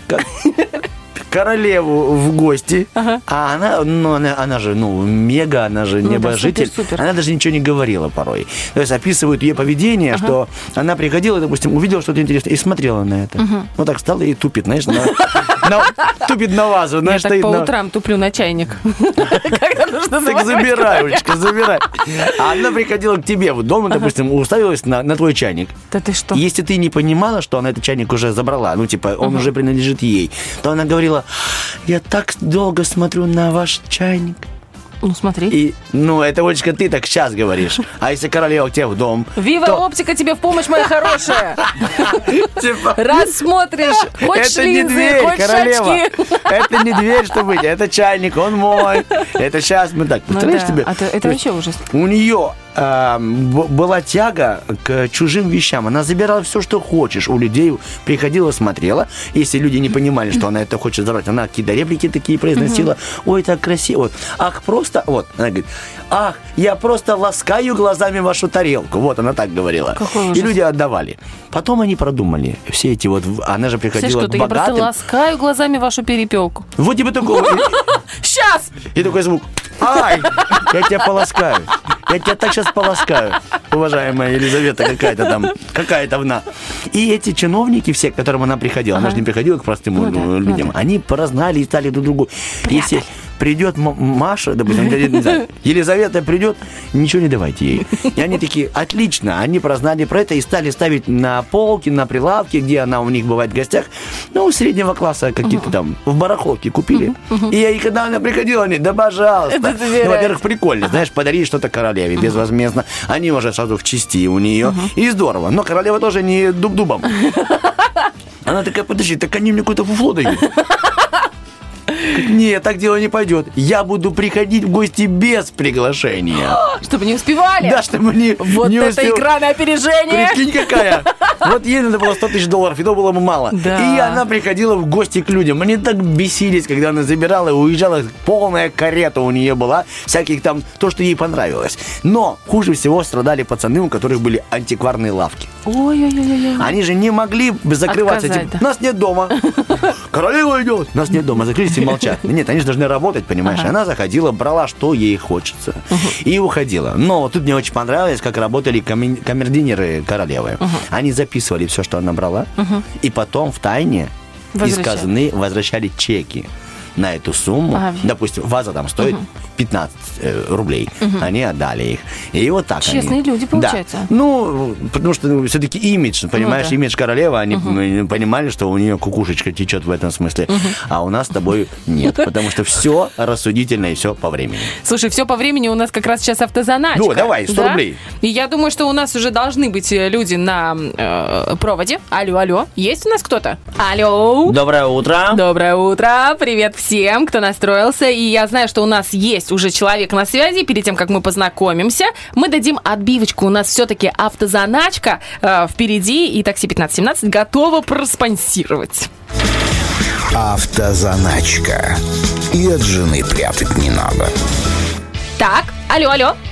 королеву в гости, а она же, мега, она же небожитель. супер. Она даже ничего не говорила порой. То есть описывают ее поведение, что она приходила, допустим, увидела что-то интересное и смотрела на это. Вот так стала и тупит, знаешь, тупит на вазу. Я знаешь, так стоит по на- утрам туплю на чайник. Когда нужно Так заваривать забирай, кофе. Олечка, забирай. А она приходила к тебе в дом, допустим, уставилась на твой чайник. Да ты что? Если ты не понимала, что она этот чайник уже забрала, он уже принадлежит ей, то она говорила: я так долго смотрю на ваш чайник. Ну, смотри. И, это, Олечка, ты так сейчас говоришь. А если королева к тебе в дом... Вива то- Оптика тебе в помощь, моя хорошая. Типа, Раз смотришь, хочешь это не линзы, дверь, хочешь королева. очки. Это не дверь, что быть. Это чайник, он мой. Это сейчас мы так. Ну Представляешь да, себе? это То есть вообще ужас. У нее была тяга к чужим вещам. Она забирала все, что хочешь. У людей приходила, смотрела. Если люди не понимали, что она это хочет забрать, она какие-то реплики такие произносила. Ой, так красиво. Ах, просто... Вот, она говорит: ах, я просто ласкаю глазами вашу тарелку. Вот, она так говорила. Какой И ужас. люди отдавали. Потом они продумали. Все эти вот... Она же Все приходила что-то, к я просто богатым. ласкаю глазами вашу перепелку. Вот типа такого. Сейчас! И такой звук: ай, я тебя полоскаю. Я тебя так сейчас полоскаю, уважаемая Елизавета какая-то вна. И эти чиновники все, к которым она приходила, она же не приходила к простым людям, они познали и стали друг другу. Если придет Маша, допустим, не знаю, Елизавета придет, ничего не давайте ей. И они такие: отлично, они прознали про это и стали ставить на полки, на прилавки, где она у них бывает в гостях, среднего класса какие-то там, в барахолке купили. И когда она приходила, они: да пожалуйста. Во-первых, прикольно, знаешь, подарить что-то королеве безвозмездно. Они уже сразу в части у нее. И здорово. Но королева тоже не дуб-дубом. Она такая: подожди, так они мне какое-то фуфло дают. Нет, так дело не пойдет. Я буду приходить в гости без приглашения. Чтобы не успевали. Да, чтобы не Вот не это успел. игра на опережение. Прикинь, какая. Вот ей надо было 100 тысяч долларов, и то было бы мало. Да. И она приходила в гости к людям. Они так бесились, когда она забирала и уезжала. Полная карета у нее была. Всяких там, то, что ей понравилось. Но хуже всего страдали пацаны, у которых были антикварные лавки. Ой-ой-ой. Они же не могли закрываться. Отказать, Типа: да. нас нет дома. Королева идет. Нас нет дома. Закрылись и молчат. Нет, они же должны работать, понимаешь? Она заходила, брала, что ей хочется, и уходила. Но тут мне очень понравилось, как работали камердинеры королевы. Они записывали все, что она брала, и потом в тайне из казны возвращали чеки на эту сумму. Допустим, ваза там стоит 15 рублей. Они отдали их. И вот так честные люди, получается. Да. Ну, потому что все-таки имидж, понимаешь, имидж королевы, они понимали, что у нее кукушечка течет в этом смысле, а у нас с тобой нет, потому что все рассудительно и все по времени. Слушай, все по времени, у нас как раз сейчас автозаначка. Ну, давай, 100 рублей. И я думаю, что у нас уже должны быть люди на проводе. Алло, есть у нас кто-то? Алло. Доброе утро. Доброе утро. Привет всем, кто настроился. И я знаю, что у нас есть уже человек на связи. Перед тем, как мы познакомимся, мы дадим отбивочку. У нас все-таки автозаначка впереди. И такси 1517 готово проспонсировать. Автозаначка. И от жены прятать не надо. Так, алло.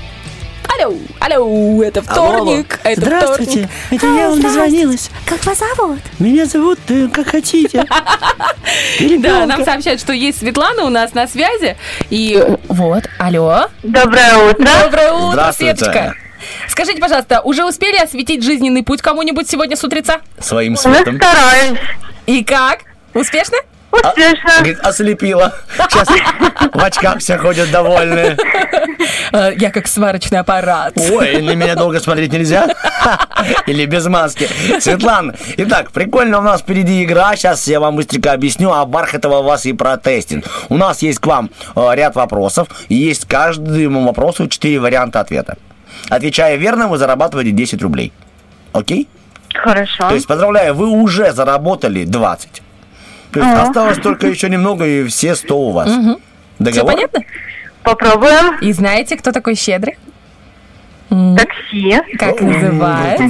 Алло, это вторник. Алло. Это здравствуйте, вторник. это я вам дозвонилась. Как вас зовут? Меня зовут как хотите. Да, нам сообщают, что есть Светлана у нас на связи. И вот, алло. Доброе утро. Доброе утро, Здравствуйте. Светочка. Скажите, пожалуйста, уже успели осветить жизненный путь кому-нибудь сегодня с утреца? Своим светом. Стараюсь. И как? Успешно? Успешно. Говорит, ослепила. Сейчас в очках все ходят довольные. Я как сварочный аппарат. Ой, на меня долго смотреть нельзя? Или без маски? Светлана, итак, прикольно у нас впереди игра. Сейчас я вам быстренько объясню, а Бархатова вас и протестит. У нас есть к вам ряд вопросов. И есть к каждому вопросу 4 варианта ответа. Отвечая верно, вы зарабатываете 10 рублей. Окей? Хорошо. То есть, поздравляю, вы уже заработали 20. То есть осталось только еще немного, и все 100 у вас. Договор? Все понятно? Попробуем. И знаете, кто такой щедрый? Такси. Как называется?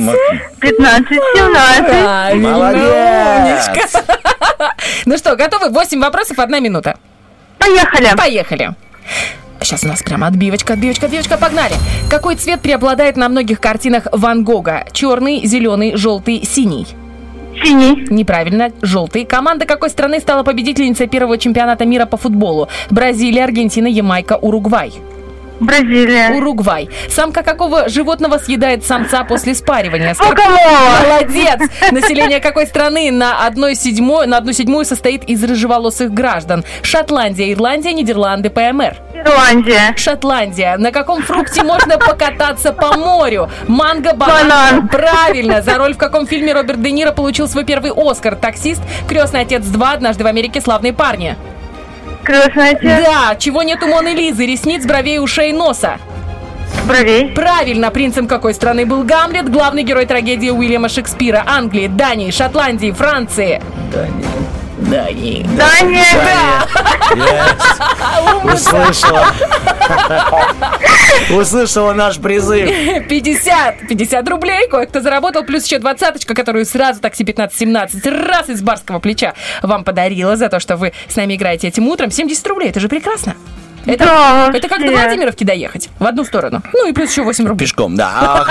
15-17. Молодец! Умничка. Ну что, готовы? 8 вопросов, 1 минута. Поехали. Сейчас у нас прямо отбивочка, погнали. Какой цвет преобладает на многих картинах Ван Гога? Черный, зеленый, желтый, синий? Синий. Неправильно, желтый. Команда какой страны стала победительницей первого чемпионата мира по футболу? Бразилия, Аргентина, Ямайка, Уругвай. Бразилия. Уругвай. Самка какого животного съедает самца после спаривания? Богомола. Молодец! Население какой страны на 1/7 состоит из рыжеволосых граждан? Шотландия, Ирландия, Нидерланды, ПМР. Ирландия. Шотландия. На каком фрукте можно покататься по морю? Манго, банан. Правильно. За роль в каком фильме Роберт Де Ниро получил свой первый Оскар? Таксист, Крестный отец 2, Однажды в Америке, Славные парни. Крестный отец. Да. Чего нет у Моны Лизы? Ресниц, бровей, ушей, носа. Бровей. Правильно. Принцем какой страны был Гамлет? Главный герой трагедии Уильяма Шекспира. Англии, Дании, Шотландии, Франции. Дания. Услышала наш призыв. 50 рублей. Кое-кто заработал. Плюс еще 20-очка, которую сразу такси 1517 раз из барского плеча вам подарила за то, что вы с нами играете этим утром. 70 рублей. Это же прекрасно. Это как до Владимировки доехать в одну сторону. Ну и плюс еще 8 рублей. Пешком, да.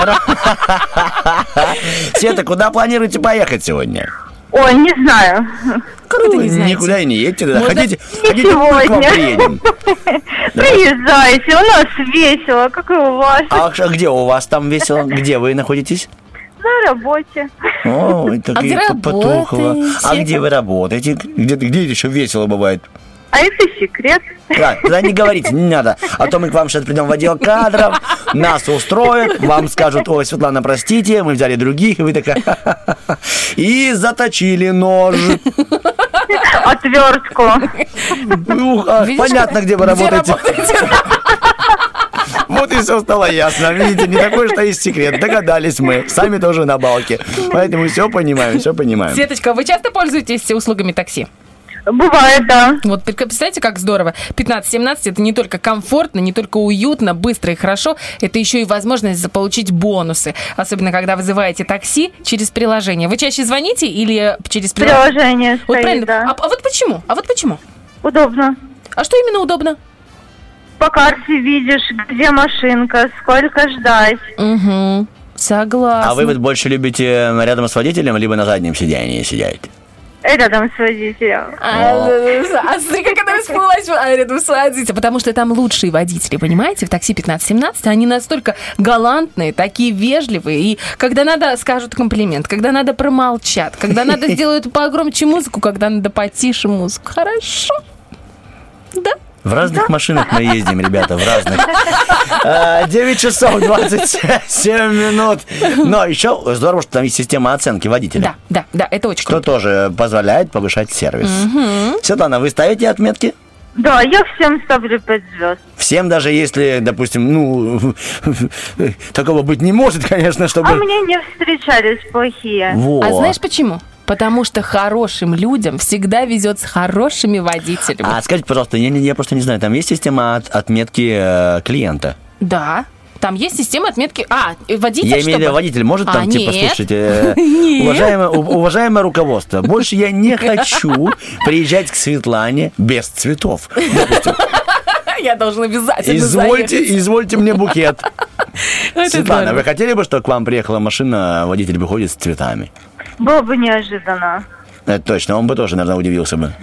Света, куда планируете поехать сегодня? Ой, не знаю. Как это не знаете? Никуда и не едете. Хотите, Не мы к вам сегодня. приедем. Приезжайте, у нас весело, как и у вас. А где у вас там весело? Где вы находитесь? На работе. Ой, так где и потухло. работаете? А где вы работаете? Где еще весело бывает? А это секрет. Да, тогда не говорите, не надо. А то мы к вам сейчас придем в отдел кадров, нас устроят, вам скажут: ой, Светлана, простите, мы взяли других, и вы такая... И заточили нож. Отвертку. Понятно, где вы работаете. Вот и все стало ясно. Видите, не такой, что есть секрет. Догадались мы. Сами тоже на балке. Поэтому все понимаем, все понимаем. Светочка, вы часто пользуетесь услугами такси? Бывает, да. Вот представляете, как здорово. 15-17 это не только комфортно, не только уютно, быстро и хорошо, это еще и возможность получить бонусы. Особенно, когда вызываете такси через приложение. Вы чаще звоните или через приложение? Вот стоит, правильно. Да. А вот почему? Удобно. А что именно удобно? По карте видишь, где машинка, сколько ждать. Угу. Согласна. А вы вот больше любите рядом с водителем, либо на заднем сидении сидите? Рядом с водителем. А смотри, как она расплылась рядом с водителем. Потому что там лучшие водители, понимаете? В такси 15-17 они настолько галантные, такие вежливые. И когда надо, скажут комплимент. Когда надо, промолчат. Когда надо, сделают погромче музыку. Когда надо, потише музыку. Хорошо. Да? В разных машинах мы ездим, ребята, в разных. 9 часов 27 минут. Но еще здорово, что там есть система оценки водителя. Да, это очень круто. Что тоже позволяет повышать сервис. Светлана, вы ставите отметки? Да, я всем ставлю 5 звезд. Всем, даже если, допустим, такого быть не может, конечно, чтобы... А мне не встречались плохие. А знаешь почему? Потому что хорошим людям всегда везет с хорошими водителями. А скажите, пожалуйста, я просто не знаю, там есть система отметки клиента? Да. Там есть система отметки... водитель, я имею в виду, водитель может там, типа, слушайте, уважаемое руководство, больше я не хочу приезжать к Светлане без цветов. Я должен обязательно заехать. Извольте мне букет. Светлана, вы хотели бы, чтобы к вам приехала машина, водитель выходит с цветами? Было бы неожиданно. Это точно, он бы тоже, наверное, удивился бы.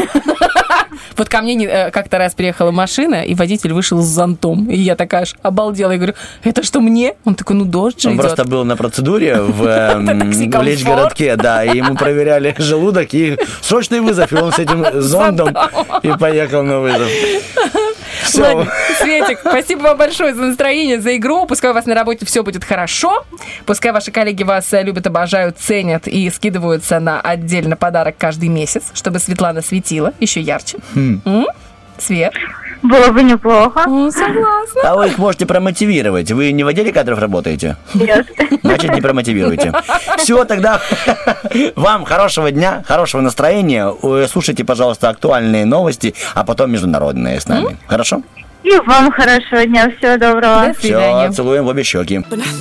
Вот ко мне как-то раз приехала машина, и водитель вышел с зонтом. И я такая аж обалдела. Я говорю, это что, мне? Он такой, дождь же идет. Он просто был на процедуре в Лечгородке, да, и ему проверяли желудок, и срочный вызов, и он с этим зондом и поехал на вызов. Все. Ладно, Светик, спасибо вам большое за настроение, за игру. Пускай у вас на работе все будет хорошо. Пускай ваши коллеги вас любят, обожают, ценят и скидываются на отдельно подарок каждый месяц, чтобы Светлана светила еще ярче. Свет? Было бы неплохо. Согласна. А вы их можете промотивировать. Вы не в отделе кадров работаете? Нет. Значит, не промотивируйте. Все, тогда вам хорошего дня, хорошего настроения. Слушайте, пожалуйста, актуальные новости, а потом международные с нами. Хорошо? И вам хорошего дня. Всего доброго. До свидания. Все, целуем в обе щеки.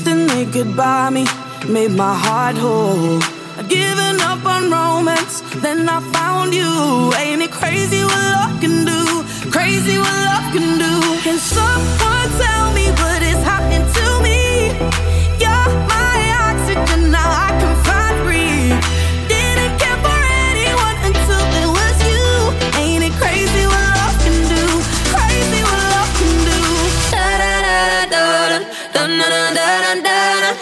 I'd given up on romance, then I found you. Ain't it crazy what love can do? Crazy what love can do. Can someone tell me what is happening to me? You're my oxygen, now I can find breathe. Didn't care for anyone until it was you. Ain't it crazy what love can do? Crazy what love can do. Da da da da da da da da da da.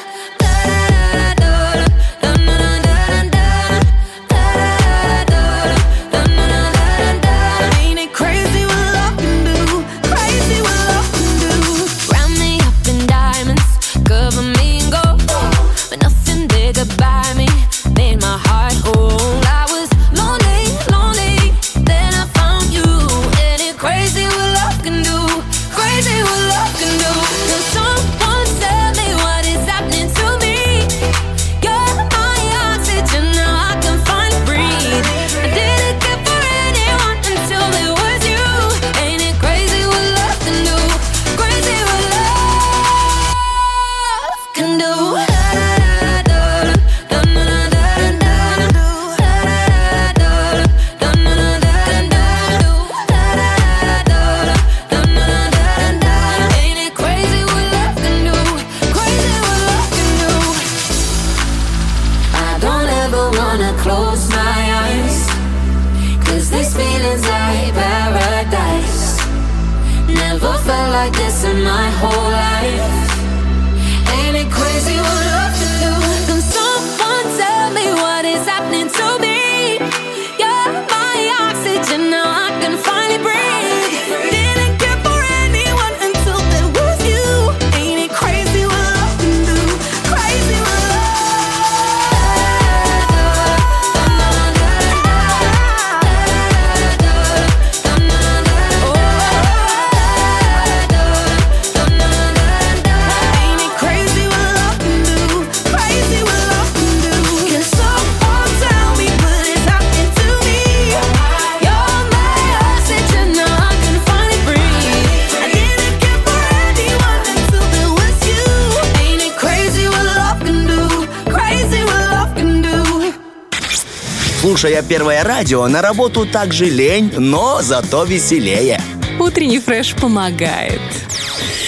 Слушая Первое радио, на работу также лень, но зато веселее. Утренний фреш помогает.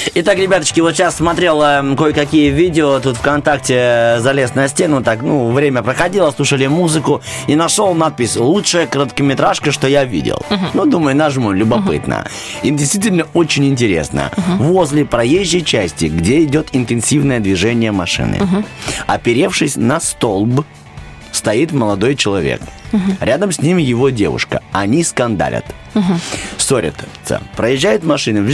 Итак, ребяточки, вот сейчас смотрел кое-какие видео, тут ВКонтакте залез на стену, так, время проходило, слушали музыку и нашел надпись «Лучшая короткометражка, что я видел». Думаю, нажму, любопытно. И действительно очень интересно. Возле проезжей части, где идет интенсивное движение машины, оперевшись на столб, стоит молодой человек. Рядом с ним его девушка. Они скандалят. Ссорятся. Проезжает машина.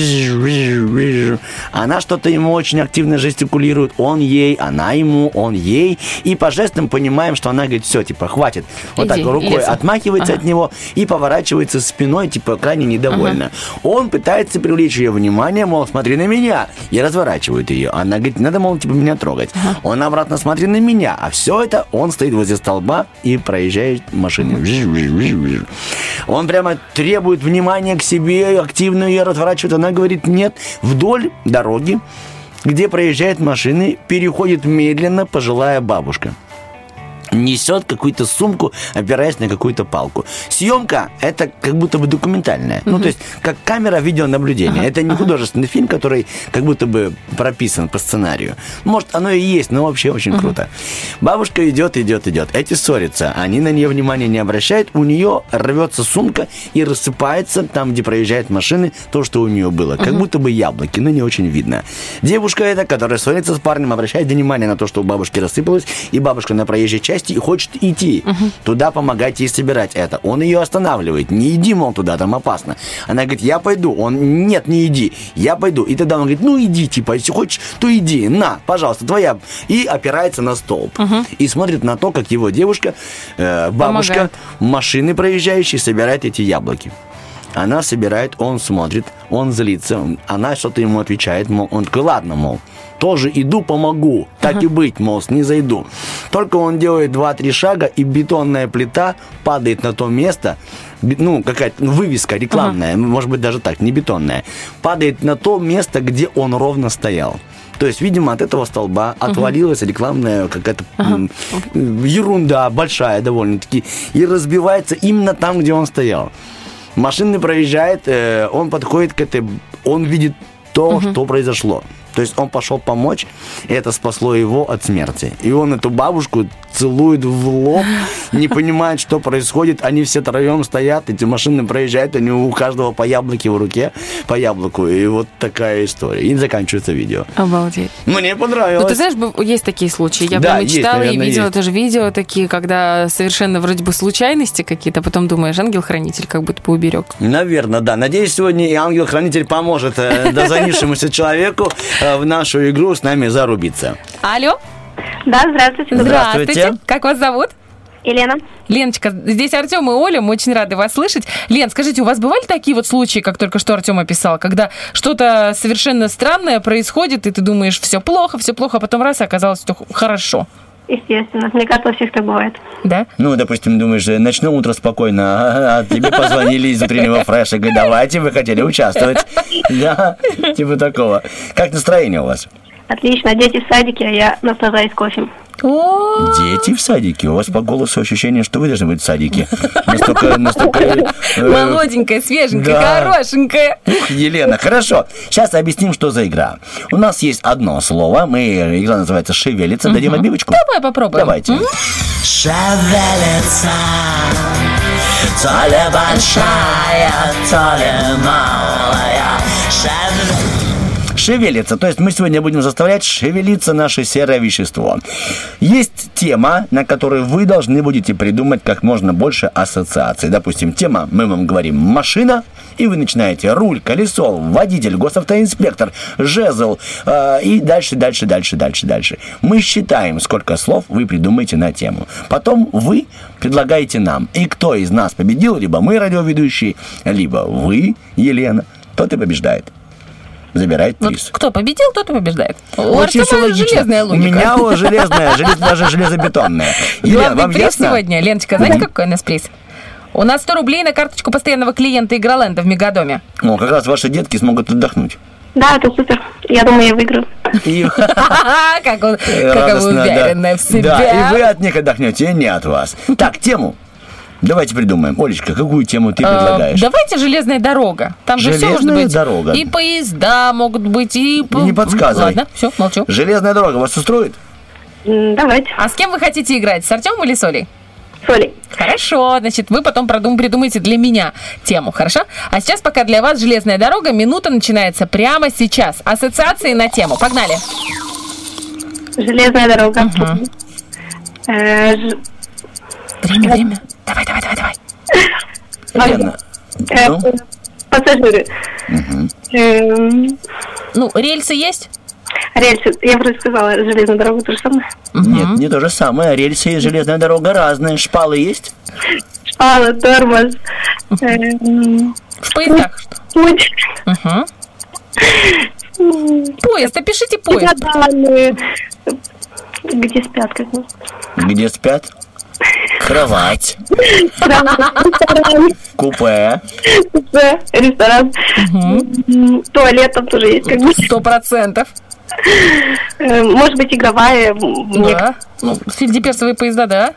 Она что-то ему очень активно жестикулирует. Он ей, она ему, он ей. И по жестам понимаем, что она говорит, все, хватит. Вот так рукой отмахивается от него и поворачивается спиной, крайне недовольна. Он пытается привлечь ее внимание, мол, смотри на меня. И разворачивает ее. Она говорит, не надо, мол, меня трогать. Он обратно смотри на меня. А все это он стоит возле столба и проезжает машину. Он прямо требует внимания к себе, активно ее разворачивает. Она говорит нет. Вдоль дороги, где проезжают машины, переходит медленно пожилая бабушка. Несет какую-то сумку, опираясь на какую-то палку. Съемка — это как будто бы документальная. То есть, как камера видеонаблюдения. Это не художественный фильм, который как будто бы прописан по сценарию. Может, оно и есть, но вообще очень круто. Бабушка идет. Эти ссорятся. Они на нее внимания не обращают. У нее рвется сумка и рассыпается там, где проезжают машины, то, что у нее было. Как будто бы яблоки, но не очень видно. Девушка эта, которая ссорится с парнем, обращает внимание на то, что у бабушки рассыпалось, и бабушка на проезжей части и хочет идти туда, помогать ей собирать это. Он ее останавливает. Не иди, мол, туда, там опасно. Она говорит, я пойду. Он, нет, не иди, я пойду. И тогда он говорит, иди, если хочешь, то иди, на, пожалуйста, твоя. И опирается на столб. И смотрит на то, как его девушка, бабушка, машины проезжающие, собирает эти яблоки. Она собирает, он смотрит, он злится, она что-то ему отвечает, мол, он такой, ладно, мол, тоже иду, помогу, так и быть, мол, не зайду. Только он делает 2-3 шага, и бетонная плита падает на то место, какая-то вывеска рекламная, может быть, даже так, не бетонная, падает на то место, где он ровно стоял. То есть, видимо, от этого столба отвалилась рекламная какая-то ерунда большая довольно-таки, и разбивается именно там, где он стоял. Машина проезжает, он подходит к этой... Он видит то, что произошло. То есть он пошел помочь, и это спасло его от смерти. И он эту бабушку целует в лоб, не понимает, что происходит. Они все троем стоят, эти машины проезжают, они у каждого по яблоке в руке, по яблоку. И вот такая история. И заканчивается видео. Обалдеть. Мне понравилось. Ты знаешь, есть такие случаи. Я прямо читала и видела тоже видео такие, когда совершенно вроде бы случайности какие-то, а потом думаешь, ангел-хранитель как будто бы уберег. Наверное, да. Надеюсь, сегодня и ангел-хранитель поможет дозанившемуся человеку в нашу игру с нами зарубиться. Алло. Да, здравствуйте. Здравствуйте. Как вас зовут? Елена. Леночка, здесь Артем и Оля, мы очень рады вас слышать. Лен, скажите, у вас бывали такие вот случаи, как только что Артем описал, когда что-то совершенно странное происходит, и ты думаешь, все плохо, а потом раз, и оказалось, что хорошо? Естественно. Мне кажется, у всех так бывает. Да? Допустим, думаешь, начну утро спокойно, а тебе позвонили из утреннего фреша, говорят, давайте, вы хотели участвовать. Да, типа такого. Как настроение у вас? Отлично. Дети в садике, а я наслаждаюсь кофе. Дети в садике? У вас по голосу ощущение, что вы должны быть в садике. Настолько молоденькая, свеженькая, хорошенькая. Елена, хорошо. Сейчас объясним, что за игра. У нас есть одно слово. Игра называется «Шевелится». Дадим отбивочку? Давай попробуем. Давайте. Шевелится, то ли большая, то ли малая. Шевелится. То есть мы сегодня будем заставлять шевелиться наше серое вещество. Есть тема, на которой вы должны будете придумать как можно больше ассоциаций. Допустим, тема, мы вам говорим «машина», и вы начинаете руль, колесо, водитель, госавтоинспектор, жезл, и дальше. Мы считаем, сколько слов вы придумаете на тему. Потом вы предлагаете нам. И кто из нас победил, либо мы, радиоведущие, либо вы, Елена, тот и побеждает. Забирает приз. Кто победил, тот и побеждает. Очень все логично. Железная логика. У меня железная, даже железобетонная. Елена, вам приз ясно? Сегодня, Леночка, знаете, какой у нас приз? У нас 100 рублей на карточку постоянного клиента Игроленда в Мегадоме. Как раз ваши детки смогут отдохнуть. Да, это супер. Я думаю, я выиграю. Как вы уверены в себе. Да, и вы от них отдохнете, и не от вас. Так, тему. Давайте придумаем. Олечка, какую тему ты предлагаешь? Давайте железная дорога. Там же все может быть. Дорога. И поезда могут быть, и... Не подсказывай. Ладно, все, молчу. Железная дорога вас устроит? Давайте. А с кем вы хотите играть? С Артемом или с Олей? С Олей. Хорошо, значит, вы потом придумаете для меня тему, хорошо? А сейчас пока для вас железная дорога. Минута начинается прямо сейчас. Ассоциации на тему. Погнали. Железная дорога. Время. Давай. Лена. Пассажиры. Ну, рельсы есть? Рельсы. Я вроде сказала, железная дорога то же самое. Нет, не то же самое. Рельсы и железная дорога разные. Шпалы есть? Шпала, тормоз. В поездах что? Путь. Поезд, опишите поезд. Где спят, как мы? Где спят? Кровать. Купе. Ресторан. Туалет там тоже есть, как бы. 100%. Может быть, игровая. Да. Ну, сельдеперсовые поезда, да?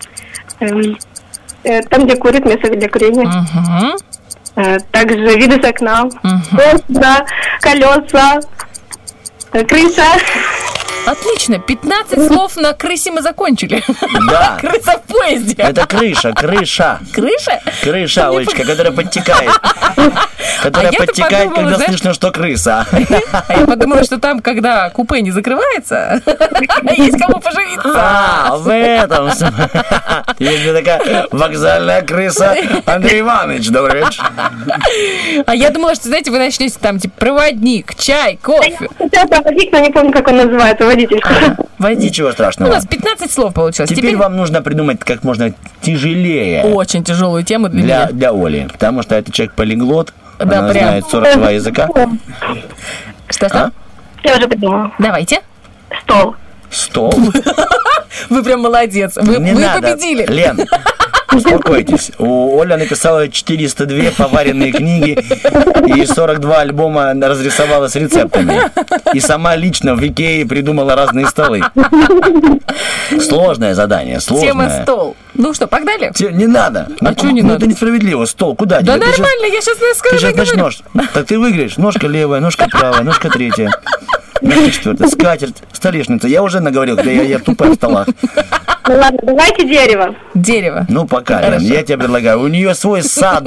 Там, где курят, место для курения. Также виды с окна. Да, колеса. Крыша. Отлично, 15 слов на крысе мы закончили. Да. Крыса в поезде. Это крыша. Крыша? Крыша, Олечка, которая подтекает. Которая подтекает, когда слышно, что крыса. А я подумала, что там, когда купе не закрывается, есть кому поживиться. А, в этом. Есть такая вокзальная крыса. Андрей Иванович, добрый вечер. А я думала, что, знаете, вы начнете там, типа, проводник, чай, кофе. Я проводник, но не помню, как он называется, водитель. Ничего страшного. У нас 15 слов получилось. Теперь вам нужно придумать как можно тяжелее. Очень тяжелую тему для меня. Для Оли, потому что это человек-полиглот. Да, она прям. знает 42 языка. Что? Я уже придумала. Давайте. Стол. Вы прям молодец. Вы победили. Лен, успокойтесь. Оля написала 402 поваренные книги и 42 альбома разрисовала с рецептами. И сама лично в Икее придумала разные столы. Сложное задание, сложное. Тема стол. Ну что, погнали? Не надо. А что не надо? Это несправедливо. Стол, куда Да тебе? нормально, я сейчас скажу. Ты сейчас начнешь. Так ты выиграешь. Ножка левая, ножка правая, ножка третья. Ножка четвертая. Скатерть, столешница. Я уже наговорил, когда я тупая в столах. Ну ладно, давайте дерево. Дерево. Ну пока, Лен, я тебе предлагаю. У нее свой сад.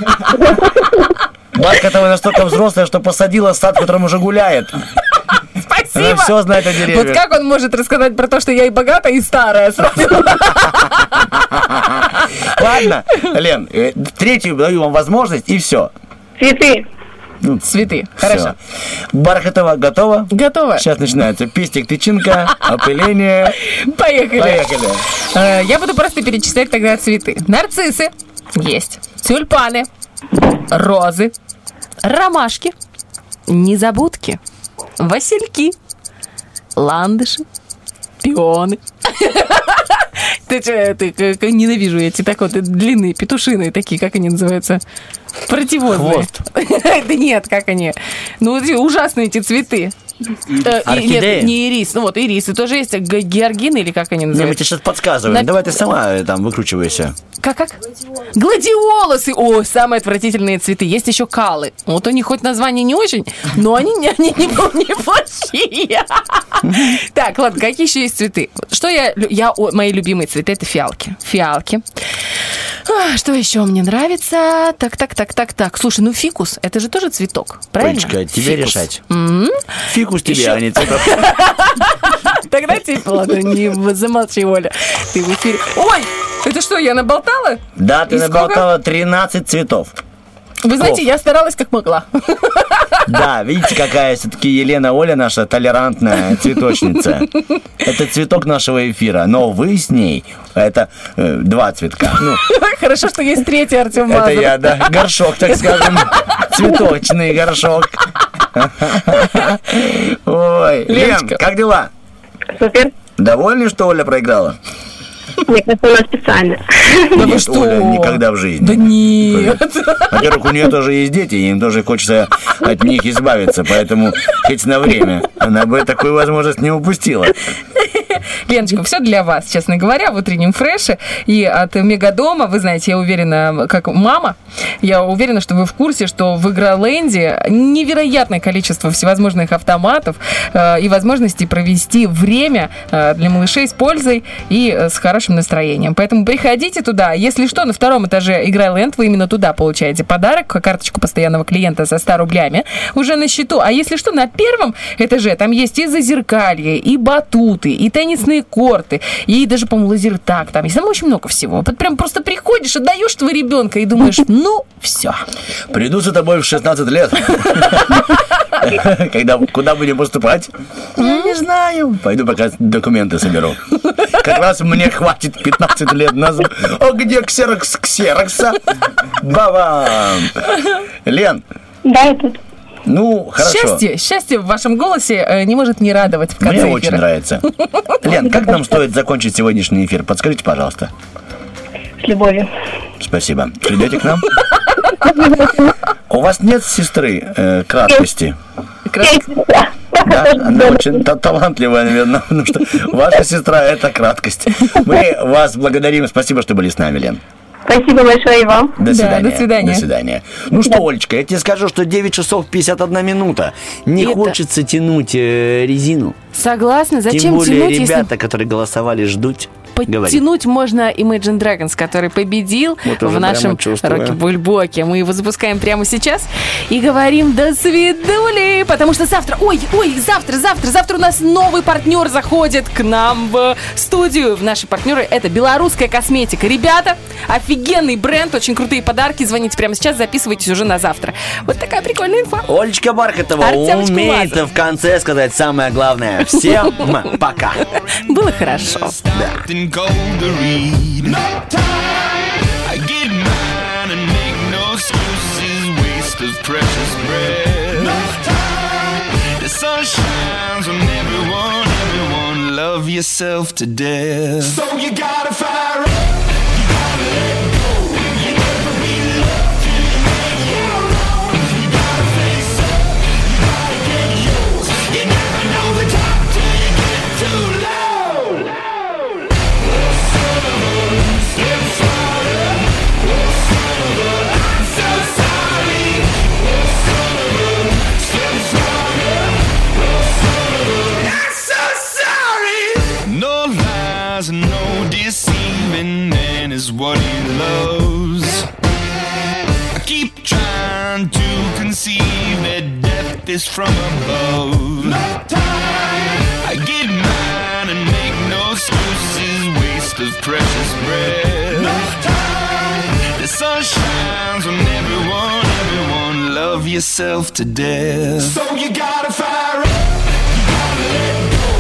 Бархатова настолько взрослая, что посадила сад, в котором уже гуляет. Спасибо. Она все знает о деревьях. Вот как он может рассказать про то, что я и богатая, и старая сразу? Ладно, Лен, третью даю вам возможность, и все. Цветы. Цветы. Хорошо. Бархатова готова? Готова. Сейчас начинается пестик, тычинка, опыление. Поехали. Я буду просто перечислять тогда цветы. Нарциссы. Есть. Тюльпаны. Розы. Ромашки. Незабудки. Васильки. Ландыши. Пионы. Ты ненавижу эти так вот длинные петушиные такие, как они называются? Противозные. Хвост. Да нет, как они? Ну, ужасные эти цветы. Орхидеи? Нет, не ирис. Ну вот ирисы тоже есть. Георгины или как они Не, мы называются? тебе сейчас подсказываем. Давай ты сама там выкручивайся. Как? Гладиолусы. О, самые отвратительные цветы. Есть еще калы. Вот у них хоть название не очень, но они неплохие. Так, ладно, какие еще есть цветы? Что мои любимые цветы — это фиалки. Что еще мне нравится? Так. Слушай, ну фикус, это же тоже цветок, правильно? Олечка, тебе Фикус. решать. Фикус тебе, Еще. а не цветок. Тогда типа, ладно, не замолчи, Оля. Ты в эфире. Ой, это что, я наболтала? Да, ты И наболтала 13 цветов. Вы знаете, я старалась как могла. Да, видите, какая все-таки Елена Оля наша толерантная цветочница. Это цветок нашего эфира, но вы с ней, это 2 цветка. Ну, Хорошо, что есть третий Артем это Мазур. я, да, горшок, так скажем, цветочный горшок. Ой, Леночка. Лен, как дела? Супер. Довольны, что Оля проиграла? Мне кажется, у нас специально. Да вы Нет, что? Оля, никогда в жизни. Да нет. Во-первых, у нее тоже есть дети, и им тоже хочется от них избавиться, поэтому хоть на время она бы такую возможность не упустила. России. Леночка, все для вас, честно говоря, в утреннем фреше. И от Мегадома, вы знаете, я уверена, как мама, я уверена, что вы в курсе, что в Игроленде невероятное количество всевозможных автоматов и возможностей провести время для малышей с пользой и с хорошим настроением. Поэтому приходите туда. Если что, на втором этаже Игроленд, вы именно туда получаете подарок, карточку постоянного клиента за 100 рублями уже на счету. А если что, на первом этаже там есть и зазеркалье, и батуты, и теннисные корты, и даже, по-моему, лазертаг. Там есть очень много всего. Вот прям просто приходишь, отдаешь твоего ребенка и думаешь, ну, все. Приду за тобой в 16 лет. Куда будем поступать? Я не знаю. Пойду пока документы соберу. Как раз мне хватит 15 лет назад. О, где ксерокс ксерокса? Ба-бам! Лен. Да, я тут. Ну, хорошо. Счастье в вашем голосе не может не радовать в конце эфира. Мне очень нравится. Лен, как нам стоит закончить сегодняшний эфир? Подскажите, пожалуйста. С любовью. Спасибо. Придете к нам? У вас нет сестры краткости? Да, она очень талантливая, наверное, потому что ваша сестра – это краткость. Мы вас благодарим. Спасибо, что были с нами, Лен. Спасибо большое и вам. До свидания. Да, до свидания. До свидания. Ну что, Олечка, я тебе скажу, что 9 часов 51 минута. Не хочется тянуть резину. Согласна. Зачем Тем более тянуть, ребята, которые голосовали, ждут. Подтянуть можно Imagine Dragons, который победил в нашем Роки-Бульбоке. Мы его запускаем прямо сейчас и говорим до свидули, потому что завтра, завтра у нас новый партнер заходит к нам в студию. Наши партнеры — это белорусская косметика. Ребята, офигенный бренд, очень крутые подарки. Звоните прямо сейчас, записывайтесь уже на завтра. Вот такая прикольная инфа. Олечка Бархатова умеет в конце сказать самое главное. Всем пока. Было хорошо. Да. Gold to read. No time. I get mine and make no excuses. Waste of precious breath. No time. The sun shines on everyone. Love yourself to death. So you gotta fire up. You gotta let go. You never be loved till you make your own. You gotta face up. You gotta get yours. You never know the top till you get too low. No deceiving man is what he loves. I keep trying to conceive that death is from above. No time. I get mine and make no excuses. Waste of precious breath. No time. The sun shines on everyone. Love yourself to death. So you gotta fire up. You gotta let go.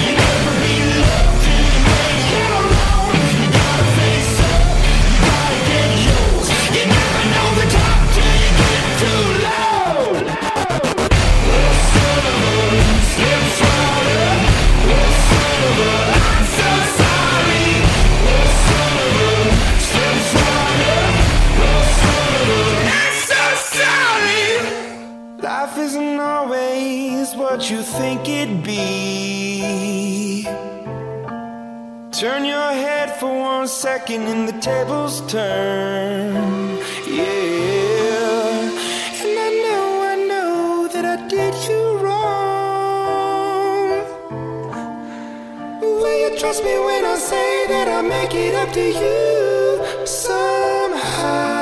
Life isn't always what you think it'd be. Turn your head for 1 second and the tables turn. Yeah. And I know that I did you wrong. Will you trust me when I say that I'll make it up to you somehow?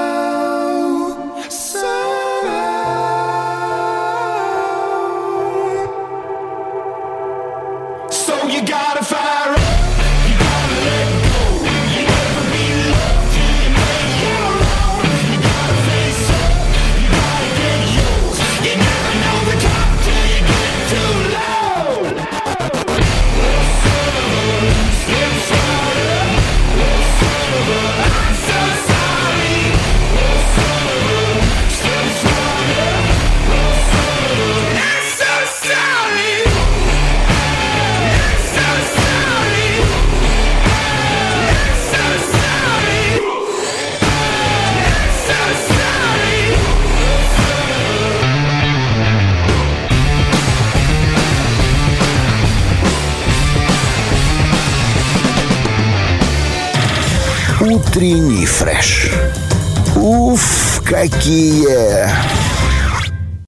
So you gotta fire up. You gotta let go. You never be loved till you make your own. You gotta face up. You gotta get yours. You never know the top till you get too low. Slip slide. I'm so sorry. Slip slide. I'm so sorry. Утренний фреш. Уф, какие!